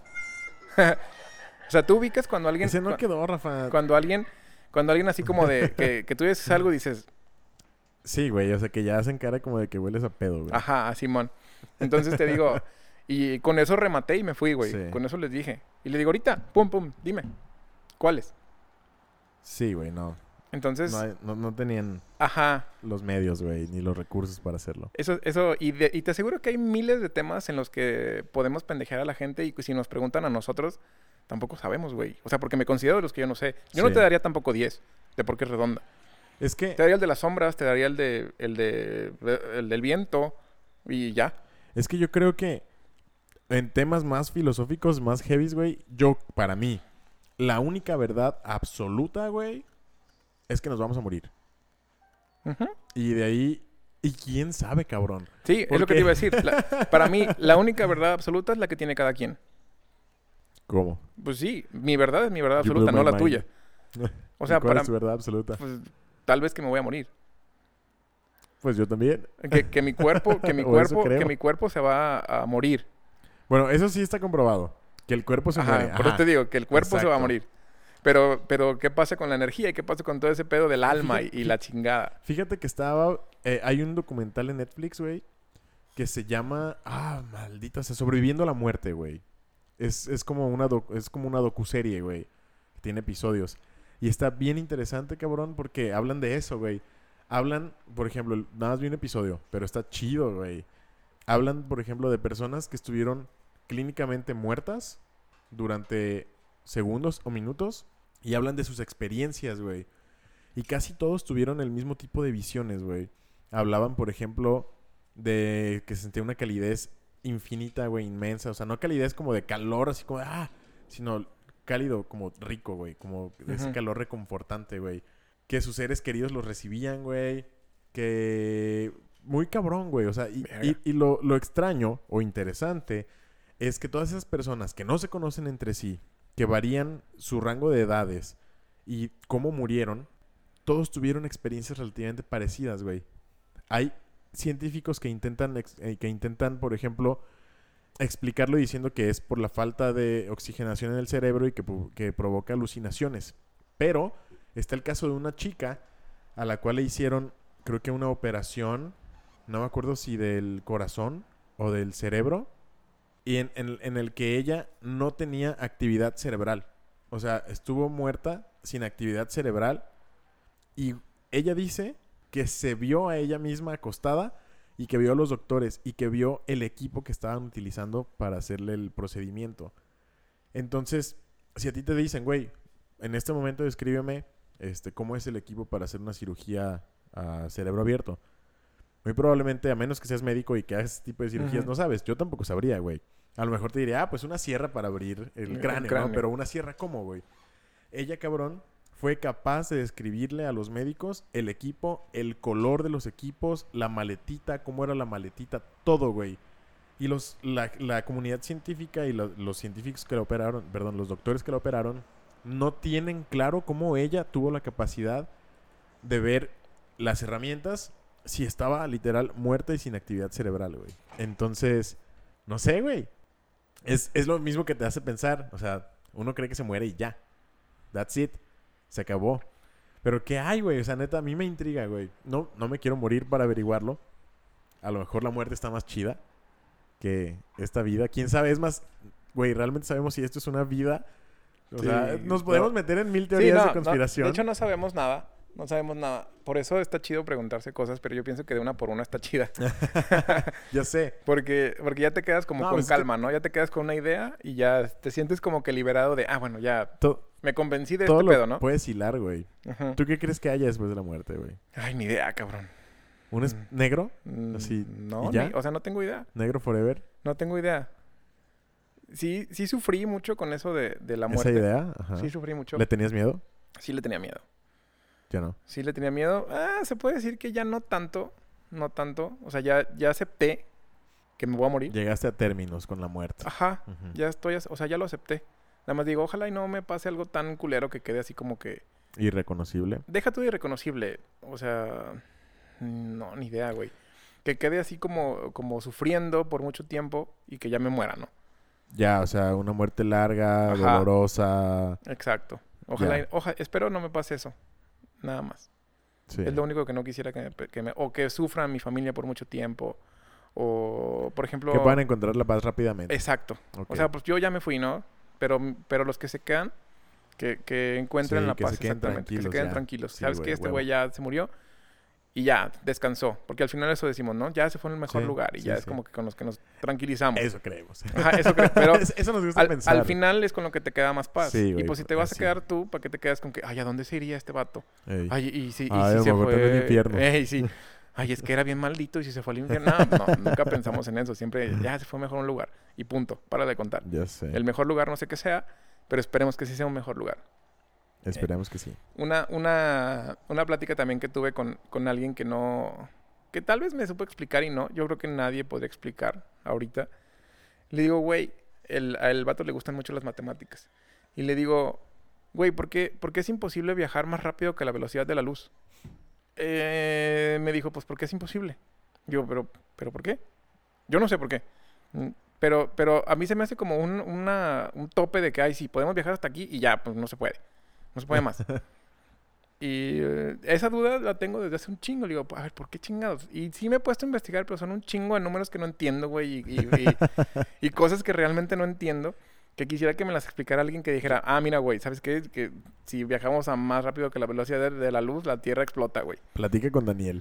O sea, tú ubicas cuando alguien... Ese no quedó, Rafa. Cuando alguien así como de que tú dices algo y dices... Sí, güey, o sea, que ya hacen cara como de que hueles a pedo, güey. Ajá, Simón. Entonces te digo, y con eso rematé y me fui, güey. Sí. Con eso les dije. Y le digo, ahorita, pum, dime, ¿cuáles? Sí, güey, no. Entonces... No tenían los medios, güey, ni los recursos para hacerlo. Eso y te aseguro que hay miles de temas en los que podemos pendejear a la gente y si nos preguntan a nosotros, tampoco sabemos, güey. O sea, porque me considero de los que yo no sé. Yo no te daría tampoco 10 de por qué es redonda. Es que... Te daría el de las sombras, te daría el del viento y ya. Es que yo creo que en temas más filosóficos, más heavies, güey, para mí, la única verdad absoluta, güey, es que nos vamos a morir. Uh-huh. Y de ahí... ¿Y quién sabe, cabrón? Sí, es lo que te iba a decir. Para mí, la única verdad absoluta es la que tiene cada quien. ¿Cómo? Pues sí, mi verdad es mi verdad absoluta, no la tuya. O sea, ¿cuál es tu verdad absoluta? Pues, tal vez que me voy a morir. Pues yo también. Que mi cuerpo se va a morir. Bueno, eso sí está comprobado. Que el cuerpo se muere. Por eso te digo, que el cuerpo se va a morir. Pero ¿qué pasa con la energía? ¿Y qué pasa con todo ese pedo del alma y la chingada? Fíjate que hay un documental en Netflix, güey, que se llama... maldita sea, Sobreviviendo a la muerte, güey. Es como una docuserie, güey. Tiene episodios. Y está bien interesante, cabrón, porque hablan de eso, güey. Hablan, por ejemplo, nada más vi un episodio, pero está chido, güey. Hablan, por ejemplo, de personas que estuvieron clínicamente muertas durante segundos o minutos y hablan de sus experiencias, güey. Y casi todos tuvieron el mismo tipo de visiones, güey. Hablaban, por ejemplo, de que se sentía una calidez infinita, güey, inmensa. O sea, no calidez como de calor, así como de, sino cálido, como rico, güey. Como ese calor reconfortante, güey. Que sus seres queridos los recibían, güey. Que... Muy cabrón, güey. O sea, y lo extraño o interesante es que todas esas personas que no se conocen entre sí, que varían su rango de edades y cómo murieron, todos tuvieron experiencias relativamente parecidas, güey. Hay científicos que intentan, por ejemplo, explicarlo diciendo que es por la falta de oxigenación en el cerebro y que provoca alucinaciones. Pero está el caso de una chica a la cual le hicieron, creo que una operación, no me acuerdo si del corazón o del cerebro, y en el que ella no tenía actividad cerebral. O sea, estuvo muerta sin actividad cerebral y ella dice que se vio a ella misma acostada y que vio a los doctores y que vio el equipo que estaban utilizando para hacerle el procedimiento. Entonces, si a ti te dicen, güey, en este momento descríbeme cómo es el equipo para hacer una cirugía a cerebro abierto. Muy probablemente, a menos que seas médico y que hagas este tipo de cirugías, no sabes. Yo tampoco sabría, güey. A lo mejor te diría, pues una sierra para abrir el cráneo, ¿no? Pero una sierra, ¿cómo, güey? Ella, cabrón, fue capaz de describirle a los médicos el equipo, el color de los equipos, la maletita, cómo era la maletita, todo, güey. Y la comunidad científica y los científicos que la operaron, los doctores que la operaron, no tienen claro cómo ella tuvo la capacidad de ver las herramientas si estaba literal muerta y sin actividad cerebral, güey. Entonces, no sé, güey. Es lo mismo que te hace pensar. O sea, uno cree que se muere y ya. That's it. Se acabó. Pero ¿qué hay, güey? O sea, neta, a mí me intriga, güey. No me quiero morir para averiguarlo. A lo mejor la muerte está más chida que esta vida. ¿Quién sabe? Es más, güey, ¿realmente sabemos si esto es una vida? O sea, nos podemos meter en 1000 teorías de conspiración. De hecho, no sabemos nada. No sabemos nada. Por eso está chido preguntarse cosas, pero yo pienso que de una por una está chida. Ya sé. Porque ya te quedas como con calma, ¿no? Ya te quedas con una idea y ya te sientes como que liberado de, bueno, ya me convencí de este pedo, ¿no? Puedes hilar, güey. Uh-huh. ¿Tú qué crees que haya después de la muerte, güey? Ay, ni idea, cabrón. ¿Un negro? Así, no, o sea, no tengo idea. ¿Negro forever? No tengo idea. Sí sufrí mucho con eso de la muerte. ¿Esa idea? Ajá. Sí sufrí mucho. ¿Le tenías miedo? Sí le tenía miedo. Ya no. Sí le tenía miedo. Se puede decir que ya no tanto. No tanto. O sea, ya acepté que me voy a morir. Llegaste a términos con la muerte. Ajá. Uh-huh. Ya estoy... O sea, ya lo acepté. Nada más digo, ojalá y no me pase algo tan culero que quede así como que... Irreconocible. Deja tú de irreconocible. O sea... No, ni idea, güey. Que quede así como sufriendo por mucho tiempo y que ya me muera, ¿no? Ya, o sea, una muerte larga, dolorosa. Exacto. Ojalá, espero no me pase eso. Nada más. Sí. Es lo único que no quisiera o que sufra mi familia por mucho tiempo. O, por ejemplo... Que puedan encontrar la paz rápidamente. Exacto. Okay. O sea, pues yo ya me fui, ¿no? Pero los que se quedan, que encuentren la paz. Se queden tranquilos, que se queden tranquilos. Sí, sabes que este güey ya se murió y ya descansó. Porque al final eso decimos, ¿no? Ya se fue en el mejor lugar y ya es como que con los que nos tranquilizamos. Eso creemos. Ajá, eso creemos. Pero eso nos gusta pensar. Al final es con lo que te queda más paz. Sí, y pues si te vas a quedar tú, ¿para qué te quedas con que, ¿a dónde se iría este vato? Ey. Ay, y si se fue al infierno. Sí. Ay, es que era bien maldito y si se fue al infierno. No, nunca pensamos en eso. Siempre, ya se fue mejor un lugar. Y punto. Para de contar. Ya sé. El mejor lugar no sé qué sea, pero esperemos que sí sea un mejor lugar. Esperemos que sí. Una plática también que tuve con alguien que no... Que tal vez me supo explicar y no. Yo creo que nadie podría explicar ahorita. Le digo, güey, al vato le gustan mucho las matemáticas. Y le digo, güey, ¿por qué es imposible viajar más rápido que la velocidad de la luz? Me dijo, pues porque es imposible. Yo, ¿pero por qué? Yo no sé por qué. Pero a mí se me hace como un tope de que, sí, podemos viajar hasta aquí y ya, pues no se puede. No se puede más. Y esa duda la tengo desde hace un chingo. Le digo, a ver, ¿por qué chingados? Y sí me he puesto a investigar, pero son un chingo de números que no entiendo, güey. Y cosas que realmente no entiendo. Que quisiera que me las explicara alguien que dijera, mira, güey, ¿sabes qué? Que si viajamos a más rápido que la velocidad de la luz, la Tierra explota, güey. Platica con Daniel.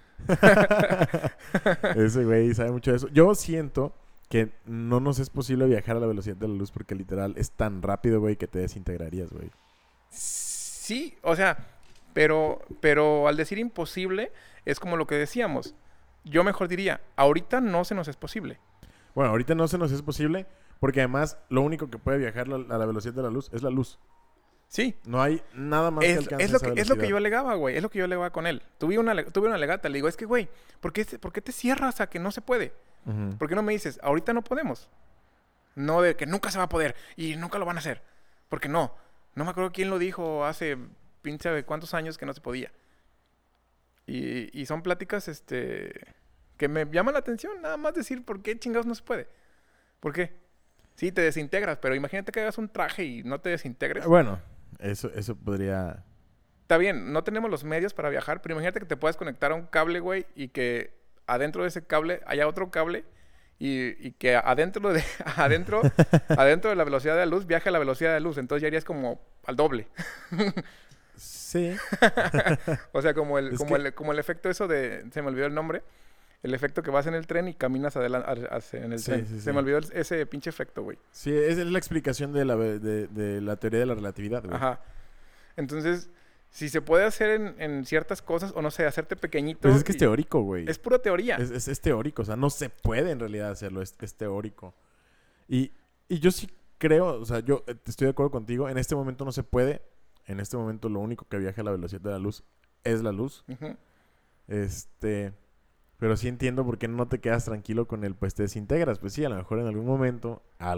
Ese güey sabe mucho de eso. Yo siento que no nos es posible viajar a la velocidad de la luz porque literal es tan rápido, güey, que te desintegrarías, güey. Sí, o sea, pero al decir imposible es como lo que decíamos. Yo mejor diría, ahorita no se nos es posible. Bueno, ahorita no se nos es posible porque además lo único que puede viajar a la velocidad de la luz es la luz. Sí. No hay nada más que alcance esa velocidad. Es lo que yo alegaba, güey. Es lo que yo alegaba con él. Tuve una alegata. Le digo, es que, güey, ¿por qué te cierras a que no se puede? Uh-huh. ¿Por qué no me dices, ahorita no podemos? No de que nunca se va a poder y nunca lo van a hacer. Porque no. No me acuerdo quién lo dijo hace pinche de cuántos años que no se podía. Y son pláticas, que que me llama la atención. Nada más decir por qué chingados no se puede. ¿Por qué? Sí, te desintegras, pero imagínate que hagas un traje y no te desintegres. Bueno, eso podría... Está bien, no tenemos los medios para viajar, pero imagínate que te puedas conectar a un cable, güey, y que adentro de ese cable haya otro cable y que adentro de la velocidad de la luz viaje a la velocidad de la luz. Entonces ya irías como al doble. Sí. O sea, como el efecto eso de... Se me olvidó el nombre. El efecto que vas en el tren y caminas adelante en el tren. Sí. Se me olvidó ese pinche efecto, güey. Sí, esa es la explicación de la teoría de la relatividad, güey. Ajá. Entonces, si se puede hacer en ciertas cosas, o no sé, hacerte pequeñito... Pues es que es teórico, güey. Es pura teoría. Es teórico, o sea, no se puede en realidad hacerlo, es teórico. Y yo sí creo, o sea, yo estoy de acuerdo contigo, en este momento no se puede. En este momento lo único que viaja a la velocidad de la luz es la luz. Uh-huh. Pero sí entiendo por qué no te quedas tranquilo con el, pues te desintegras. Pues sí, a lo mejor en algún momento,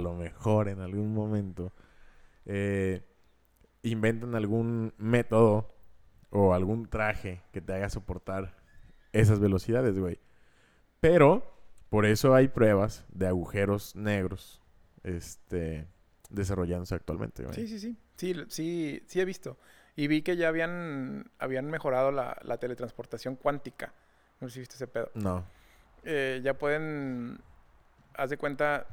inventan algún método o algún traje que te haga soportar esas velocidades, güey. Pero por eso hay pruebas de agujeros negros desarrollándose actualmente, güey. Sí he visto. Y vi que ya habían mejorado la teletransportación cuántica. No sé si viste ese pedo. No. Ya pueden... Haz de cuenta...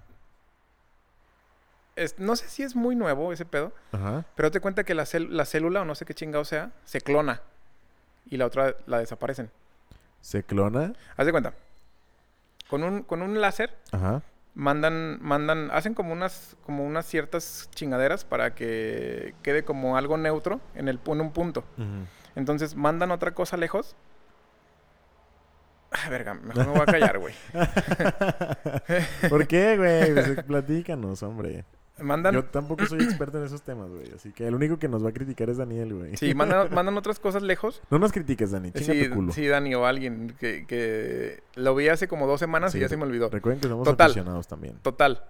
no sé si es muy nuevo ese pedo. Ajá. Pero haz de cuenta que la célula, o no sé qué chingado sea, se clona. Y la otra la desaparecen. ¿Se clona? Haz de cuenta. Con un láser... Ajá. Hacen como unas ciertas chingaderas para que quede como algo neutro en un punto. Uh-huh. Entonces mandan otra cosa lejos. Verga, mejor me voy a callar, güey. ¿Por qué, güey? Pues, platícanos, hombre. Mandan... Yo tampoco soy experto en esos temas, güey. Así que el único que nos va a criticar es Daniel, güey. Sí, mandan otras cosas lejos. No nos critiques, Dani. Chinga tu culo. Sí, Dani o alguien que lo vi hace como 2 semanas y ya se me olvidó. Recuerden que somos aficionados también. Total.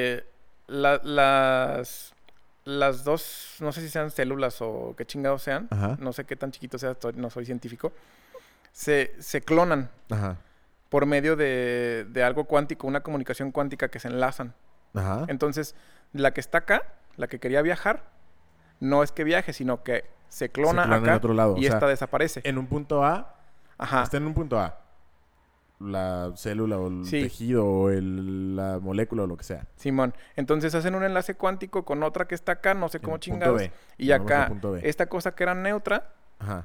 Las dos, no sé si sean células o qué chingados sean. Ajá. No sé qué tan chiquito sea, no soy científico. Se clonan. Ajá. Por medio de algo cuántico, una comunicación cuántica que se enlazan. Ajá. Entonces, la que está acá, la que quería viajar, no es que viaje, sino que se clona acá en otro lado. Y esta desaparece. En un punto A, ajá, está en un punto A. La célula o el sí, tejido o la molécula o lo que sea. Simón. Entonces hacen un enlace cuántico con otra que está acá, no sé cómo chingados. B. Y acá, esta cosa que era neutra, ajá,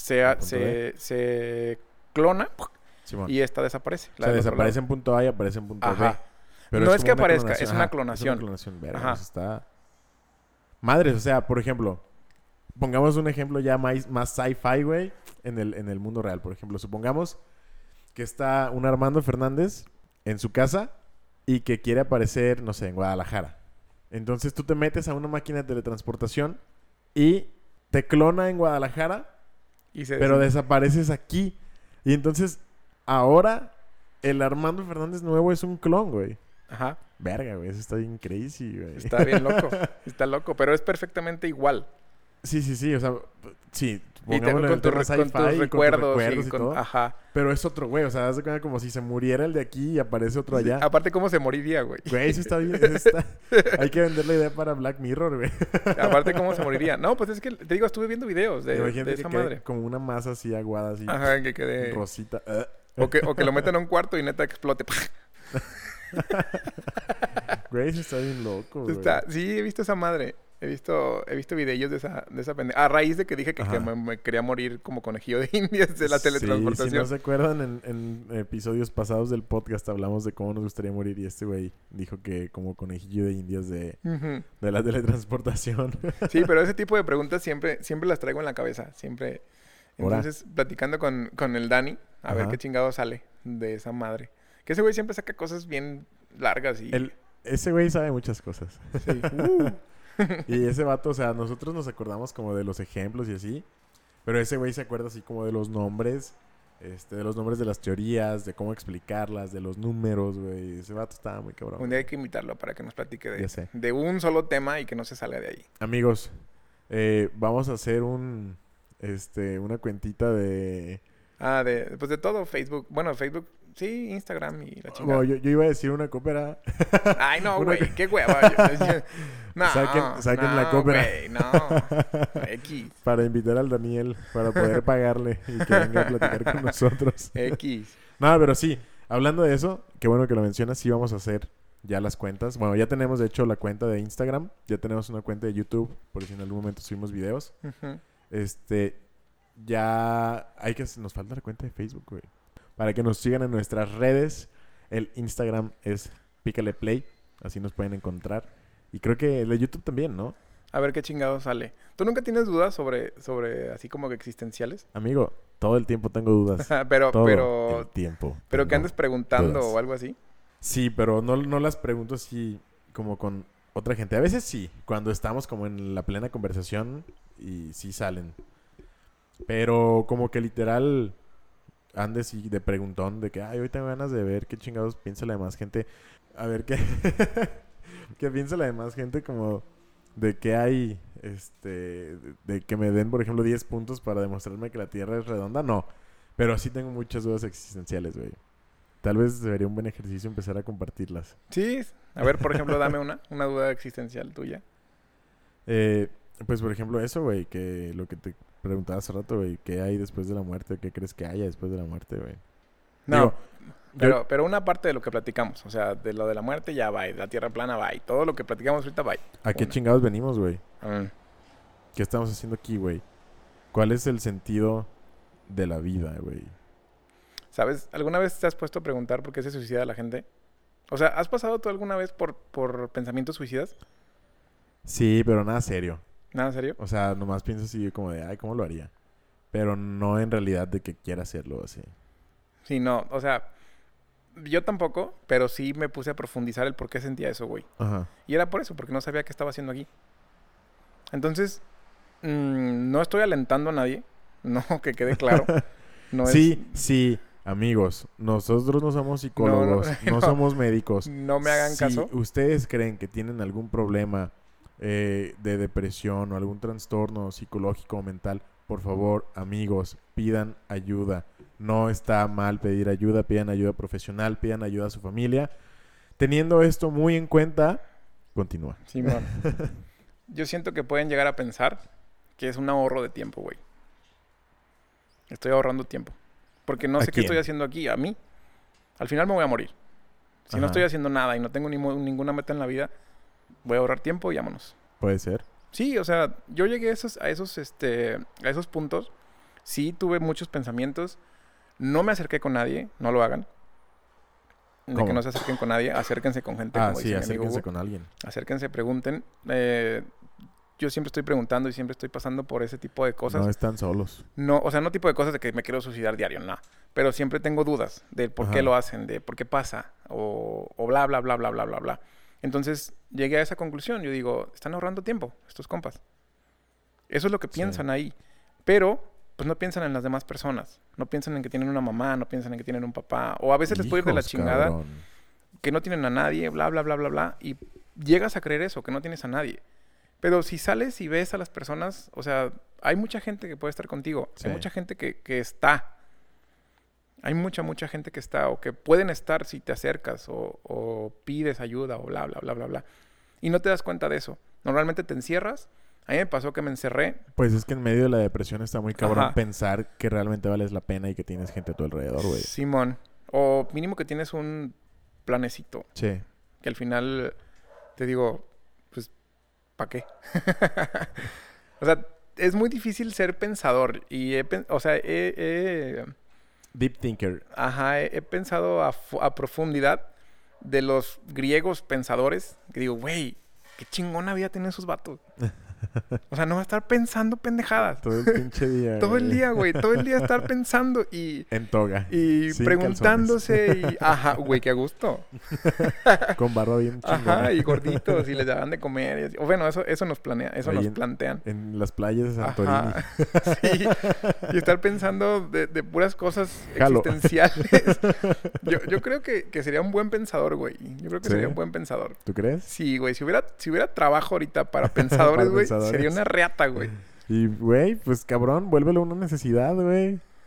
se clona, Simón, y esta desaparece. O sea, desaparece en punto A y aparece en punto ajá. B. Pero no es que aparezca, es una clonación. Es una clonación, verga. Está... Madres, o sea, por ejemplo, pongamos un ejemplo ya más sci-fi, güey, en el mundo real. Por ejemplo, supongamos que está un Armando Fernández en su casa y que quiere aparecer, no sé, en Guadalajara. Entonces tú te metes a una máquina de teletransportación y te clona en Guadalajara, pero desapareces aquí. Y entonces, ahora, el Armando Fernández nuevo es un clon, güey. Ajá. Verga, güey. Eso está bien crazy, güey. Está bien loco. Está loco, pero es perfectamente igual. Sí. O sea, sí. Y con tus recuerdos y todo. Ajá. Pero es otro güey. O sea, haz de cuenta como si se muriera el de aquí y aparece otro allá. Sí, aparte, ¿cómo se moriría, güey? Güey, eso está bien. Hay que vender la idea para Black Mirror, güey. Aparte, ¿cómo se moriría? No, pues es que, te digo, estuve viendo videos de esa madre. Como una masa así aguada, así. Ajá, que quede... Rosita. O que lo metan a un cuarto y neta explote. Güey, eso está bien loco, güey. Sí, he visto esa madre. He visto videos de esa pendeja. A raíz de que dije que me quería morir como conejillo de indias de la teletransportación. Si no se acuerdan, en episodios pasados del podcast hablamos de cómo nos gustaría morir. Y este güey dijo que como conejillo de indias de la teletransportación. Sí, pero ese tipo de preguntas siempre las traigo en la cabeza. Siempre. Entonces, platicando con el Dani, a ver qué chingado sale de esa madre. Que ese güey siempre saca cosas bien largas y... Ese güey sabe muchas cosas. Sí. Y ese vato, o sea, nosotros nos acordamos como de los ejemplos y así. Pero ese güey se acuerda así como de los nombres. De los nombres de las teorías, de cómo explicarlas, de los números, güey. Ese vato estaba muy cabrón. Un día hay que invitarlo para que nos platique de un solo tema y que no se salga de ahí. Amigos, vamos a hacer una cuentita de... Pues de todo Facebook. Bueno, Facebook Sí, Instagram y la chingada. No, yo iba a decir una cópera. Ay, no, güey, qué hueva. No, saquen la cópera. Güey, no. X. Para invitar al Daniel, para poder pagarle y que venga a platicar con nosotros. X. No, pero sí, hablando de eso, qué bueno que lo mencionas, sí vamos a hacer ya las cuentas. Bueno, ya tenemos de hecho la cuenta de Instagram, ya tenemos una cuenta de YouTube, por si en algún momento subimos videos. Ya nos falta la cuenta de Facebook, güey. Para que nos sigan en nuestras redes. El Instagram es Pícale Play. Así nos pueden encontrar. Y creo que el de YouTube también, ¿no? A ver qué chingado sale. ¿Tú nunca tienes dudas sobre así como que existenciales? Amigo, todo el tiempo tengo dudas. pero el tiempo. Pero que andes preguntando dudas. o algo así. Sí, pero no las pregunto así como con otra gente. A veces sí, cuando estamos como en la plena conversación y sí salen. Pero como que literal andes y de preguntón de que, ay, hoy tengo ganas de ver qué chingados piensa la demás gente. A ver qué qué piensa la demás gente como de que hay, de que me den, por ejemplo, 10 puntos para demostrarme que la Tierra es redonda. No, pero sí tengo muchas dudas existenciales, güey. Tal vez sería un buen ejercicio empezar a compartirlas. Sí, a ver, por ejemplo, dame una duda existencial tuya. Pues, por ejemplo, eso, güey, que lo que te preguntaba hace rato, güey, ¿qué hay después de la muerte? ¿Qué crees que haya después de la muerte, güey? No, pero una parte de lo que platicamos, o sea, de lo de la muerte ya va, y la tierra plana va, y todo lo que platicamos ahorita va. ¿A qué chingados venimos, güey? ¿Qué estamos haciendo aquí, güey? ¿Cuál es el sentido de la vida, güey? ¿Sabes? ¿Alguna vez te has puesto a preguntar por qué se suicida la gente? O sea, ¿has pasado tú alguna vez por pensamientos suicidas? Sí, pero nada serio. ¿Nada serio? O sea, nomás pienso así como de, ay, ¿cómo lo haría? Pero no en realidad de que quiera hacerlo así. Sí, no, o sea, yo tampoco, pero sí me puse a profundizar el por qué sentía eso, güey. Ajá. Y era por eso, porque no sabía qué estaba haciendo aquí. Entonces, no estoy alentando a nadie, no, que quede claro. No sí, amigos, nosotros no somos psicólogos, no somos médicos. No me hagan caso. Si ustedes creen que tienen algún problema de depresión o algún trastorno psicológico o mental, por favor, amigos, pidan ayuda. No está mal pedir ayuda, pidan ayuda profesional, pidan ayuda a su familia. Teniendo esto muy en cuenta, continúa. Sí, man. Yo siento que pueden llegar a pensar que es un ahorro de tiempo, güey. Estoy ahorrando tiempo. Porque no sé qué estoy haciendo aquí. A mí. Al final me voy a morir. Si no estoy haciendo nada y no tengo ninguna meta en la vida, voy a ahorrar tiempo y vámonos. Puede ser. Sí, o sea, yo llegué a esos puntos. Sí, tuve muchos pensamientos. No me acerqué con nadie. No lo hagan. De que no se acerquen con nadie. Acérquense con gente. Como sí, acérquense con alguien. Acérquense, pregunten. Yo siempre estoy preguntando y siempre estoy pasando por ese tipo de cosas. No están solos. No, o sea, no tipo de cosas de que me quiero suicidar diario, no. Pero siempre tengo dudas de por qué lo hacen, de por qué pasa, o bla, bla, bla, bla, bla, bla, bla. Entonces, llegué a esa conclusión. Yo digo, están ahorrando tiempo estos compas. Eso es lo que piensan ahí. Pero, pues no piensan en las demás personas. No piensan en que tienen una mamá, no piensan en que tienen un papá. O a veces les puede ir de la chingada, cabrón, que no tienen a nadie, bla, bla, bla, bla, bla. Y llegas a creer eso, que no tienes a nadie. Pero si sales y ves a las personas, o sea, hay mucha gente que puede estar contigo. Sí. Hay mucha gente que está. Hay mucha gente que está o que pueden estar si te acercas o pides ayuda o bla, bla, bla, bla, bla. Y no te das cuenta de eso. Normalmente te encierras. A mí me pasó que me encerré. Pues es que en medio de la depresión está muy cabrón pensar que realmente vales la pena y que tienes gente a tu alrededor, güey. Simón. O mínimo que tienes un planecito. Sí. Que al final te digo, pues, ¿para qué? O sea, es muy difícil ser pensador. Y Deep thinker. Ajá, he pensado a profundidad de los griegos pensadores. Que digo, güey, qué chingona vida tienen esos vatos. O sea, no va a estar pensando pendejadas. Todo el pinche día. Todo el día, güey. Todo el día estar pensando y... En toga. Y preguntándose y... Ajá, güey, qué a gusto. Con barba bien chingona. Ajá, y gorditos y les daban de comer. O bueno, eso nos planea, eso nos plantean. En las playas de Santorini. Sí. Y estar pensando de puras cosas existenciales. Yo creo que sería un buen pensador, güey. Yo creo que sería un buen pensador. ¿Tú crees? Sí, güey. Si hubiera trabajo ahorita para pensadores, güey, sería una reata, güey. Y, güey, pues cabrón, vuélvelo una necesidad, güey.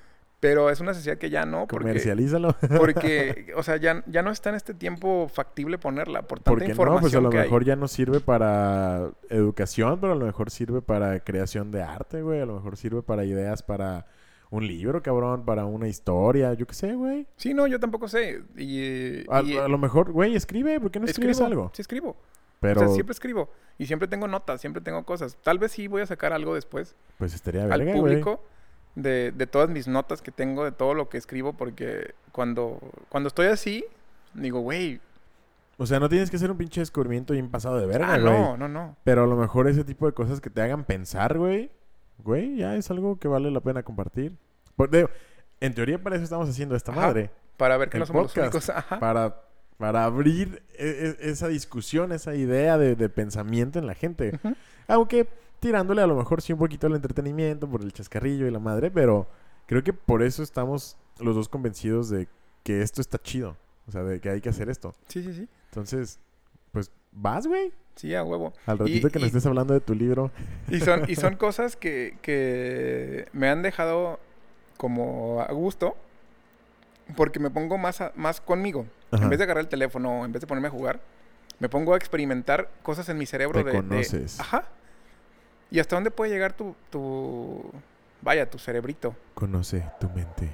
Pero es una necesidad que ya no. Comercialízalo. Porque, o sea, ya no está en este tiempo factible ponerla por tanta porque información no, pues a lo mejor hay. ya no sirve para educación, pero a lo mejor sirve para creación de arte, güey. A lo mejor sirve para ideas para un libro, cabrón, para una historia. Yo qué sé, güey. Sí, no, yo tampoco sé. A lo mejor, güey, escribe. ¿Por qué no escribes algo? Sí, escribo. Pero... O sea, siempre escribo. Y siempre tengo notas, siempre tengo cosas. Tal vez sí voy a sacar algo después. Pues estaría verga, al público. De todas mis notas que tengo, de todo lo que escribo, porque cuando estoy así, digo, güey. O sea, no tienes que hacer un pinche descubrimiento bien pasado de verga, güey. No. Pero a lo mejor ese tipo de cosas que te hagan pensar, güey, ya es algo que vale la pena compartir. En teoría para eso estamos haciendo esta madre. Para ver que no somos podcast, los únicos. Ajá. Para abrir esa discusión, esa idea de pensamiento en la gente. Uh-huh. Aunque... tirándole a lo mejor sí un poquito al entretenimiento por el chascarrillo y la madre, pero creo que por eso estamos los dos convencidos de que esto está chido. O sea, de que hay que hacer esto. Sí. Entonces, pues, ¿vas, güey? Sí, a huevo. Al ratito que nos estés hablando de tu libro. Y son cosas que me han dejado como a gusto porque me pongo más conmigo. Ajá. En vez de agarrar el teléfono, en vez de ponerme a jugar, me pongo a experimentar cosas en mi cerebro. Te conoces. Ajá. ¿Y hasta dónde puede llegar tu cerebrito? Conoce tu mente.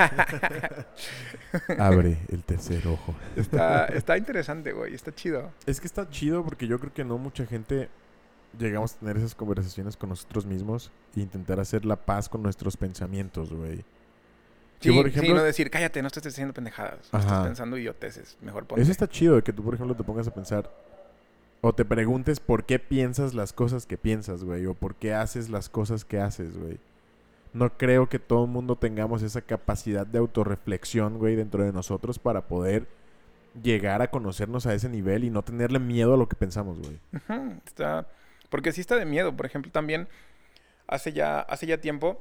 Abre el tercer ojo. Está interesante, güey. Está chido. Es que está chido porque yo creo que no mucha gente llegamos a tener esas conversaciones con nosotros mismos e intentar hacer la paz con nuestros pensamientos, güey. Sí, por ejemplo, no decir, cállate, no estés diciendo pendejadas. No estás pensando idioteces. Mejor ponte. Eso está chido, de que tú, por ejemplo, te pongas a pensar... o te preguntes por qué piensas las cosas que piensas, güey. O por qué haces las cosas que haces, güey. No creo que todo el mundo tengamos esa capacidad de autorreflexión, güey, dentro de nosotros para poder llegar a conocernos a ese nivel y no tenerle miedo a lo que pensamos, güey. Uh-huh. Porque sí está de miedo. Por ejemplo, también hace ya tiempo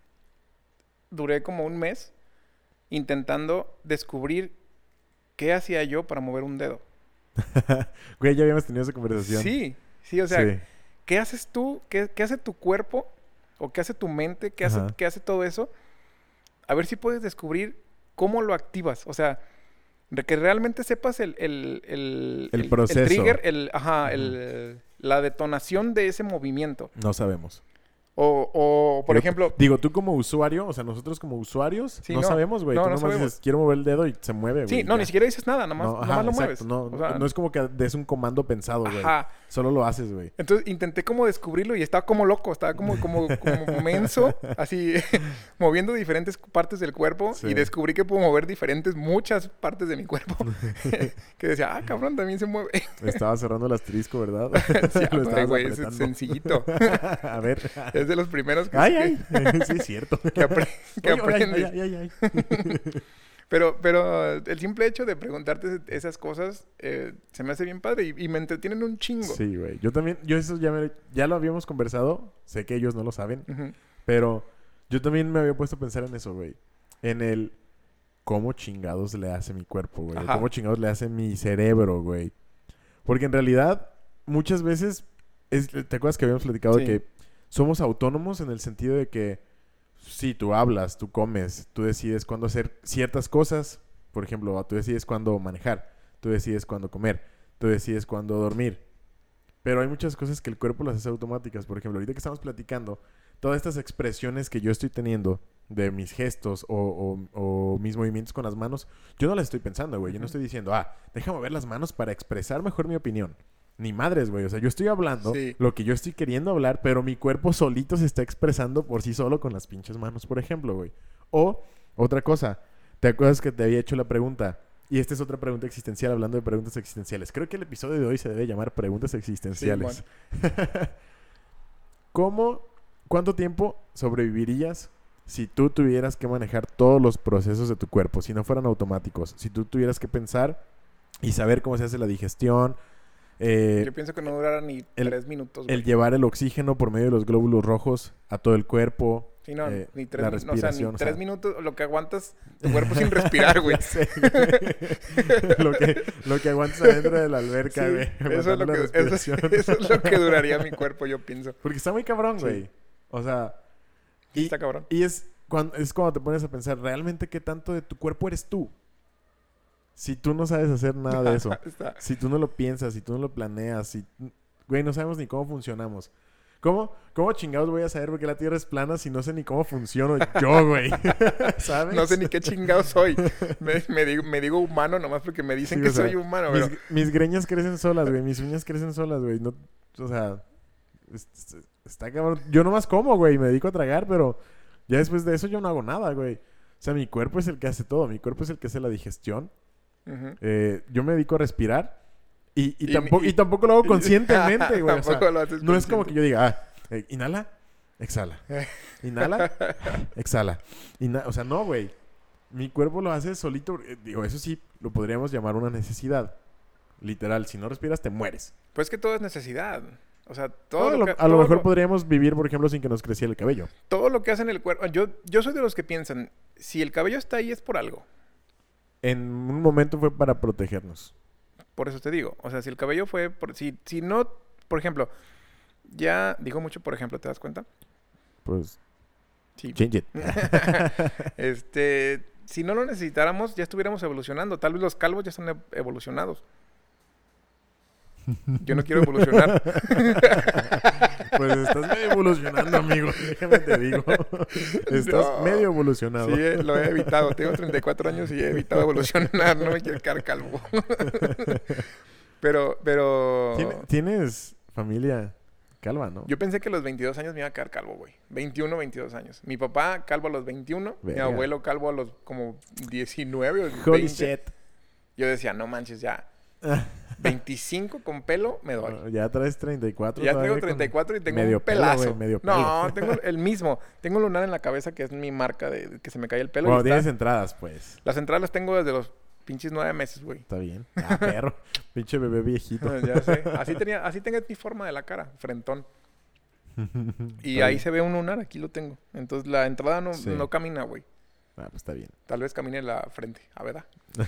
duré como un mes intentando descubrir qué hacía yo para mover un dedo. Güey, ya habíamos tenido esa conversación. Sí, o sea, ¿qué haces tú? ¿Qué hace tu cuerpo? ¿O qué hace tu mente? ¿Qué hace todo eso? A ver si puedes descubrir cómo lo activas. O sea, de que realmente sepas el proceso. El trigger, la detonación de ese movimiento. No sabemos. O por ejemplo... Digo, tú como usuario, o sea, nosotros como usuarios, no sabemos, güey. Tú nomás dices, quiero mover el dedo y se mueve, güey. Sí, no, ni siquiera dices nada, nomás lo mueves. No es como que des un comando pensado, güey. Solo lo haces, güey. Entonces, intenté como descubrirlo y estaba como loco. Estaba como menso, así, moviendo diferentes partes del cuerpo. Sí. Y descubrí que puedo mover muchas partes de mi cuerpo. Que decía, cabrón, también se mueve. Estaba cerrando el asterisco, ¿verdad? Sí, güey, es sencillito. A ver... Es de los primeros que... Sí, es cierto. que aprende. Pero el simple hecho de preguntarte esas cosas se me hace bien padre y me entretienen un chingo. Sí, güey. Yo también... eso ya lo habíamos conversado. Sé que ellos no lo saben. Uh-huh. Pero yo también me había puesto a pensar en eso, güey. En el... ¿Cómo chingados le hace mi cuerpo, güey? ¿Cómo chingados le hace mi cerebro, güey? Porque en realidad, muchas veces... ¿Te acuerdas que habíamos platicado de que... somos autónomos en el sentido de que sí, tú hablas, tú comes, tú decides cuándo hacer ciertas cosas. Por ejemplo, tú decides cuándo manejar, tú decides cuándo comer, tú decides cuándo dormir. Pero hay muchas cosas que el cuerpo las hace automáticas. Por ejemplo, ahorita que estamos platicando, todas estas expresiones que yo estoy teniendo de mis gestos o mis movimientos con las manos, yo no las estoy pensando, güey. Yo no estoy diciendo, déjame ver las manos para expresar mejor mi opinión. Ni madres, güey. O sea, yo estoy hablando lo que yo estoy queriendo hablar, pero mi cuerpo solito se está expresando por sí solo con las pinches manos, por ejemplo, güey. O, otra cosa. ¿Te acuerdas que te había hecho la pregunta? Y esta es otra pregunta existencial, hablando de preguntas existenciales. Creo que el episodio de hoy se debe llamar Preguntas Existenciales. Sí, bueno. ¿Cuánto tiempo sobrevivirías si tú tuvieras que manejar todos los procesos de tu cuerpo? Si no fueran automáticos. Si tú tuvieras que pensar y saber cómo se hace la digestión... yo pienso que no durara ni 3 minutos. El llevar el oxígeno por medio de los glóbulos rojos a todo el cuerpo. Sí, no, ni 3 minutos. O sea, ni 3 minutos, lo que aguantas tu cuerpo sin respirar, güey. lo que aguantas adentro de la alberca, güey. Eso es lo que duraría mi cuerpo, yo pienso. Porque está muy cabrón, güey. O sea... está cabrón. Y es es cuando te pones a pensar, ¿realmente qué tanto de tu cuerpo eres tú? Si tú no sabes hacer nada de eso. Si tú no lo piensas, si tú no lo planeas, güey, no sabemos ni cómo funcionamos. ¿Cómo chingados voy a saber por qué la Tierra es plana si no sé ni cómo funciono yo, güey? ¿Sabes? No sé ni qué chingados soy. Me digo humano nomás porque me dicen que soy humano, pero... Mis greñas crecen solas, güey. Mis uñas crecen solas, güey. No, o sea... Está cabrón. Yo nomás como, güey. Me dedico a tragar, pero... Ya después de eso yo no hago nada, güey. O sea, mi cuerpo es el que hace todo. Mi cuerpo es el que hace la digestión. Yo me dedico a respirar. Y tampoco lo hago conscientemente, güey. O sea, no es como que yo diga, inhala, exhala. Inhala, exhala. O sea, no, güey. Mi cuerpo lo hace solito. Digo, eso sí, lo podríamos llamar una necesidad. Literal, si no respiras, te mueres. Pues que todo es necesidad. O sea, a lo mejor podríamos vivir, por ejemplo, sin que nos creciera el cabello. Todo lo que hace en el cuerpo. Yo soy de los que piensan, si el cabello está ahí es por algo. En un momento fue para protegernos. Por eso te digo. O sea, si el cabello fue... Si no... Por ejemplo... Ya... Digo mucho, por ejemplo, ¿te das cuenta? Pues... Sí. Change it. Si no lo necesitáramos, ya estuviéramos evolucionando. Tal vez los calvos ya están evolucionados. Yo no quiero evolucionar. Pues estás medio evolucionando, amigo. Déjame te digo. Estás medio evolucionado. Sí, lo he evitado. Tengo 34 años y he evitado evolucionar. No me quiero quedar calvo. Pero... ¿Tienes familia calva, no? Yo pensé que a los 22 años me iba a quedar calvo, güey. 21, 22 años. Mi papá calvo a los 21. Verga. Mi abuelo calvo a los como 19 o 20. Holy shit. Yo decía, no manches, ya... 25 con pelo me doy. Ya traes 34. Ya tengo 34 y tengo un pelazo. Medio pelo. No, tengo el mismo. Tengo un lunar en la cabeza que es mi marca de que se me cae el pelo. Bueno, tienes entradas, pues. Las entradas las tengo desde los pinches 9 meses, güey. Está bien. Ah, perro. Pinche bebé viejito. Ya sé. Así tengo mi forma de la cara, frentón. Y ahí se ve un lunar, aquí lo tengo. Entonces la entrada no camina, güey. Ah, pues está bien. Tal vez camine la frente, a ver.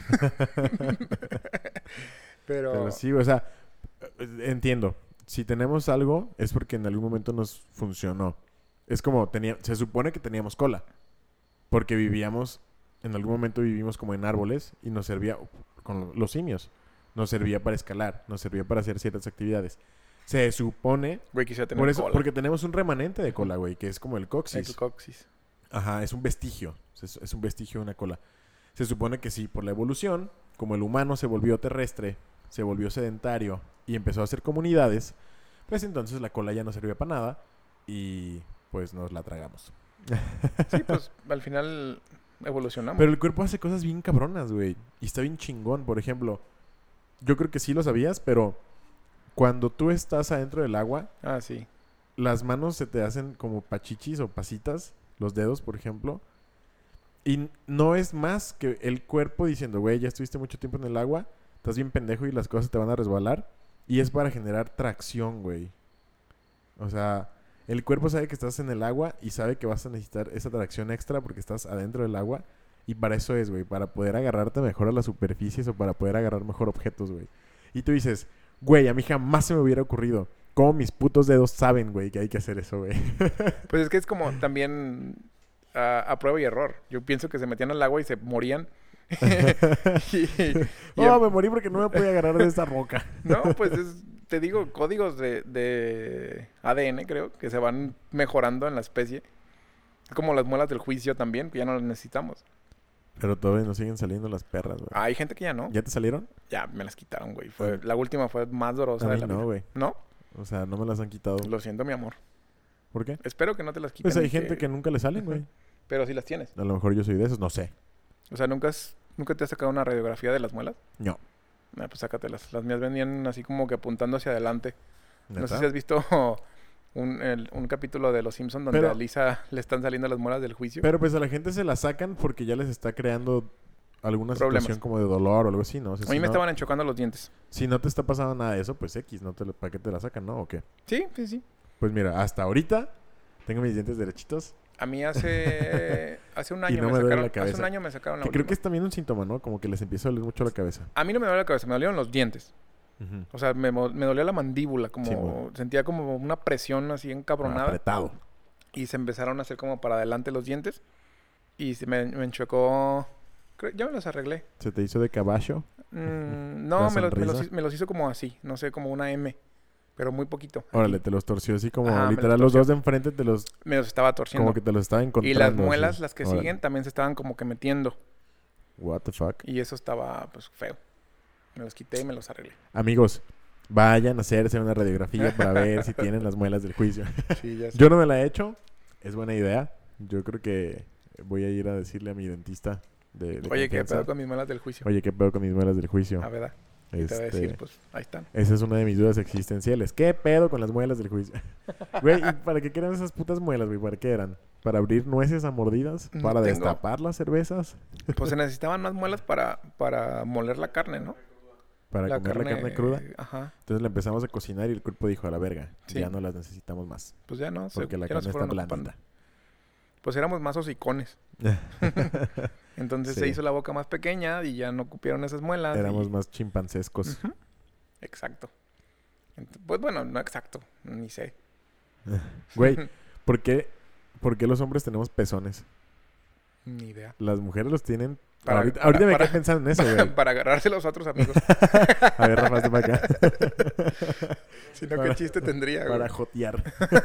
Pero sí, o sea, entiendo. Si tenemos algo, es porque en algún momento nos funcionó. Es como, se supone que teníamos cola. Porque en algún momento vivimos como en árboles y nos servía, con los simios, nos servía para escalar, nos servía para hacer ciertas actividades. Se supone... Güey, quisiera tener cola. Porque tenemos un remanente de cola, güey, que es como el coxis. El coxis. Ajá, es un vestigio. Es un vestigio de una cola. Se supone que sí, por la evolución, como el humano se volvió terrestre, se volvió sedentario y empezó a hacer comunidades, pues entonces la cola ya no servía para nada y pues nos la tragamos. Sí, pues al final evolucionamos. Pero el cuerpo hace cosas bien cabronas, güey. Y está bien chingón. Por ejemplo, yo creo que sí lo sabías, pero cuando tú estás adentro del agua, sí, las manos se te hacen como pachichis o pasitas, los dedos, por ejemplo. Y no es más que el cuerpo diciendo, güey, ya estuviste mucho tiempo en el agua, estás bien pendejo y las cosas te van a resbalar. Y es para generar tracción, güey. O sea, el cuerpo sabe que estás en el agua y sabe que vas a necesitar esa tracción extra porque estás adentro del agua. Y para eso es, güey, para poder agarrarte mejor a las superficies o para poder agarrar mejor objetos, güey. Y tú dices, güey, a mí jamás se me hubiera ocurrido. ¿Cómo mis putos dedos saben, güey, que hay que hacer eso, güey? Pues es que es como también a prueba y error. Yo pienso que se metían al agua y se morían. Me morí porque no me podía agarrar de esta roca. No, pues te digo, códigos de ADN, creo, que se van mejorando en la especie. Es como las muelas del juicio también, que ya no las necesitamos. Pero todavía nos siguen saliendo las perras, güey. Hay gente que ya no. ¿Ya te salieron? Ya me las quitaron, güey. La última fue más dolorosa de la vida. No, güey. ¿No? O sea, no me las han quitado. Lo siento, mi amor. ¿Por qué? Espero que no te las quiten. Pues hay gente que nunca le salen, güey. Pero sí las tienes. A lo mejor yo soy de esos, no sé. O sea, ¿nunca te has sacado una radiografía de las muelas? No. Pues sácatelas. Las mías venían así como que apuntando hacia adelante. ¿Neta? No sé si has visto un capítulo de Los Simpsons donde a Lisa le están saliendo las muelas del juicio. Pero pues a la gente se las sacan porque ya les está creando alguna situación como de dolor o algo así, ¿no? O sea, a mí me estaban enchocando los dientes. Si no te está pasando nada de eso, pues X, ¿para qué te la sacan, no? ¿O qué? Sí, sí, sí. Pues mira, hasta ahorita tengo mis dientes derechitos. A mí hace un año no me duele la cabeza. Hace un año me sacaron la última. Creo que es también un síntoma, ¿no? Como que les empieza a doler mucho la cabeza. A mí no me duele la cabeza, me dolieron los dientes. Uh-huh. O sea, me dolía la mandíbula, como sí, sentía como una presión así encabronada. Apretado. Y se empezaron a hacer como para adelante los dientes. Y me enchuecó... Ya me los arreglé. ¿Se te hizo de caballo? No, me los hizo como así. No sé, como una M. Pero muy poquito. Órale, te los torció así como literal los dos de enfrente me los estaba torciendo. Como que te los estaba encontrando. Y las muelas, así. las que siguen, también se estaban como que metiendo. What the fuck. Y eso estaba, pues, feo. Me los quité y me los arreglé. Amigos, vayan a hacerse una radiografía para ver si tienen las muelas del juicio. Sí, ya sé. Yo no me la he hecho. Es buena idea. Yo creo que voy a ir a decirle a mi dentista de Oye, ¿qué pedo con mis muelas del juicio? Oye, ¿qué pedo con mis muelas del juicio? A ver, te voy a decir, pues, ahí están. Esa es una de mis dudas existenciales. ¿Qué pedo con las muelas del juicio? Güey, ¿y para qué eran esas putas muelas, güey? ¿Para qué eran? ¿Para abrir nueces a mordidas? No ¿Para tengo. destapar las cervezas? Pues se necesitaban más muelas para moler la carne, ¿no? ¿Para comer la carne cruda? Ajá. Entonces la empezamos a cocinar y el cuerpo dijo, a la verga, Sí. ya no las necesitamos más. Pues ya no. Porque la ya no carne se está fueron blandita. ocupando. Pues éramos más hosicones. Entonces Sí. se hizo la boca más pequeña y ya no cupieron esas muelas. Éramos más chimpancescos. Ujú. Exacto. Pues bueno, no exacto. Ni sé. Güey, ¿por qué los hombres tenemos pezones? Ni idea. Las mujeres los tienen... Para- ahorita para- me para- quedé pensando en eso, güey. Para agarrarse los otros amigos. A ver, Rafa, hazte para acá. Si no, Para- ¿qué chiste tendría, güey? Para jotear.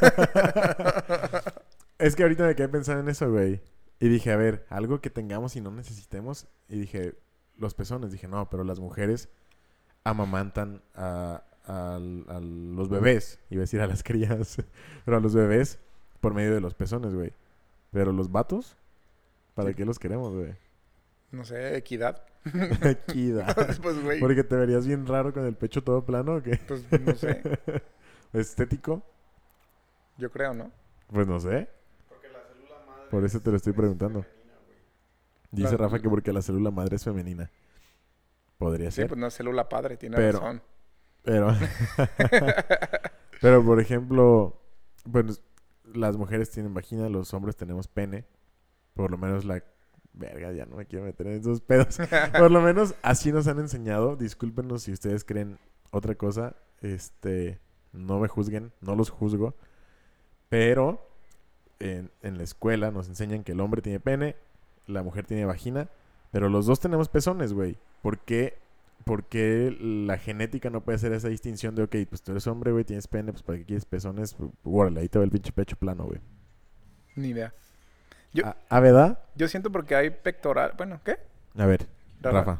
Es que ahorita me quedé pensando en eso, güey. Y dije, a ver, algo que tengamos y no necesitemos. Y dije, los pezones. Dije, no, pero las mujeres amamantan a los bebés. Iba a decir a las crías. Pero a los bebés por medio de los pezones, güey. Pero los vatos, ¿para qué los queremos, güey? No sé, equidad. Equidad. Pues, güey. Porque te verías bien raro con el pecho todo plano, ¿o qué? Pues no sé. ¿Estético? Yo creo, ¿no? Pues no sé. Porque la célula madre Por eso te lo estoy preguntando. Dice La- Rafa que porque la célula madre es femenina. Podría Sí, ser. pues no es célula padre, tiene Pero- razón. Pero, pero por ejemplo, pues las mujeres tienen vagina, los hombres tenemos pene. Por lo menos verga, ya no me quiero meter en esos pedos. Por lo menos así nos han enseñado. Discúlpenos si ustedes creen otra cosa. No me juzguen, no los juzgo. Pero en la escuela nos enseñan que el hombre tiene pene, la mujer tiene vagina, pero los dos tenemos pezones, güey. ¿Por qué la genética no puede hacer esa distinción de, ok, pues tú eres hombre, güey, tienes pene, pues ¿para qué quieres pezones? Órale, ahí te va el pinche pecho plano, güey. Ni idea. ¿Verdad? Yo siento porque hay pectoral... Bueno, ¿qué? A ver, Rafa.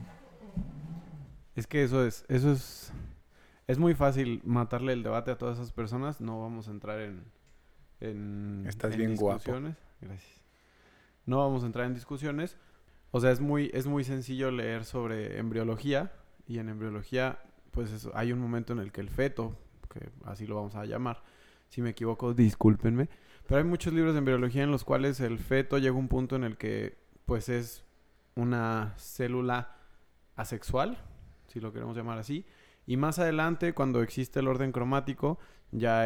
Es que eso es muy fácil matarle el debate a todas esas personas. No vamos a entrar en Estás en bien guapo. discusiones. Gracias. No vamos a entrar en discusiones. O sea, es muy sencillo leer sobre embriología. Y en embriología, pues hay un momento en el que el feto, que así lo vamos a llamar, si me equivoco, discúlpenme. Pero hay muchos libros de embriología en los cuales el feto llega a un punto en el que, pues, es una célula asexual, si lo queremos llamar así. Y más adelante, cuando existe el orden cromático, ya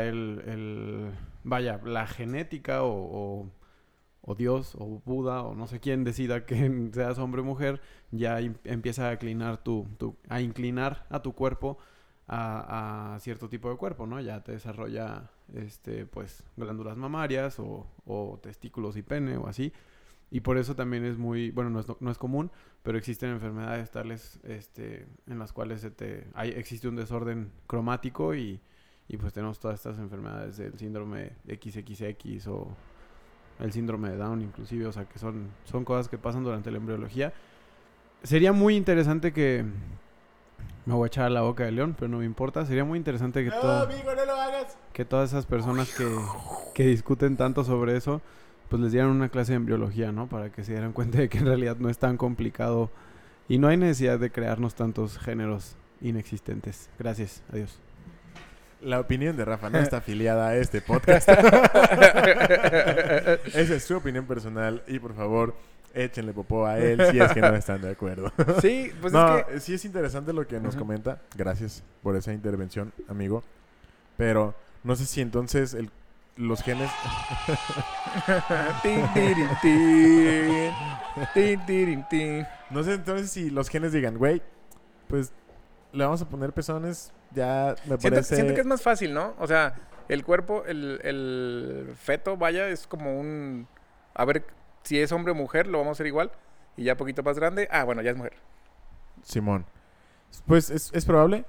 la genética o Dios o Buda o no sé quién decida que seas hombre o mujer, ya empieza a inclinar a tu cuerpo a cierto tipo de cuerpo, ¿no? Ya te desarrolla pues glándulas mamarias o testículos y pene o así. Y por eso también es muy, bueno, no es común, pero existen enfermedades tales en las cuales existe un desorden cromático y pues tenemos todas estas enfermedades del síndrome XXX o el síndrome de Down inclusive, o sea que son cosas que pasan durante la embriología. Sería muy interesante que... Me voy a echar a la boca de león, pero no me importa. Sería muy interesante que amigo, no lo hagas. Que todas esas personas que discuten tanto sobre eso, pues les dieran una clase de embriología, ¿no? Para que se dieran cuenta de que en realidad no es tan complicado y no hay necesidad de crearnos tantos géneros inexistentes. Gracias, adiós. La opinión de Rafa no está afiliada a este podcast. Esa es su opinión personal y por favor, échenle popó a él si es que no están de acuerdo. Sí, pues No, es que... sí es interesante lo que nos comenta. Gracias por esa intervención, amigo. Pero no sé si entonces los genes... Tin, tirin, tin. Tin, tirin, tin. No sé entonces si los genes digan, güey, pues le vamos a poner pezones, ya me parece... Siento que es más fácil, ¿no? O sea, el cuerpo, el feto, vaya, es como un... A ver, si es hombre o mujer, lo vamos a hacer igual. Y ya poquito más grande, bueno, ya es mujer. Simón. Pues es probable.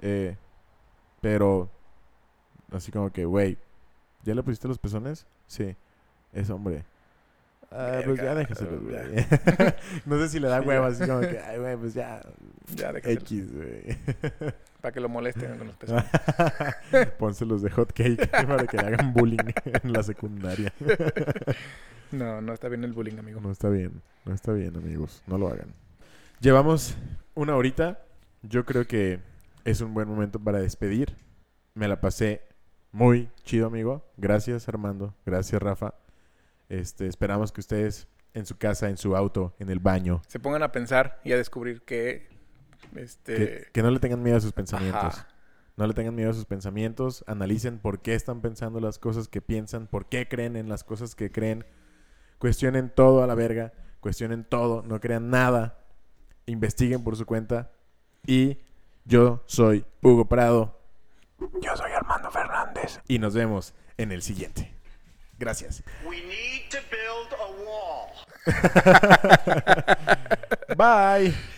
Pero así como que, güey, ¿ya le pusiste los pezones? Sí, es hombre. Pues ya déjaselo, güey. No sé si le da hueva, así como que, ay, güey, pues ya déjaselo. X, güey. Para que lo molesten con los pezones. Pónselos de hot cake para que le hagan bullying en la secundaria. No está bien el bullying, amigo. No está bien, amigos. No lo hagan. Llevamos 1 horita. Yo creo que es un buen momento para despedir. Me la pasé muy chido, amigo. Gracias, Armando. Gracias, Rafa. Esperamos que ustedes en su casa, en su auto, en el baño, se pongan a pensar y a descubrir que no le tengan miedo a sus pensamientos. Ajá. No le tengan miedo a sus pensamientos. Analicen por qué están pensando las cosas que piensan, por qué creen en las cosas que creen. Cuestionen todo a la verga. Cuestionen todo. No crean nada. Investiguen por su cuenta. Y yo soy Hugo Prado. Yo soy Armando Fernández. Y nos vemos en el siguiente. Gracias. We need to build a wall. Bye.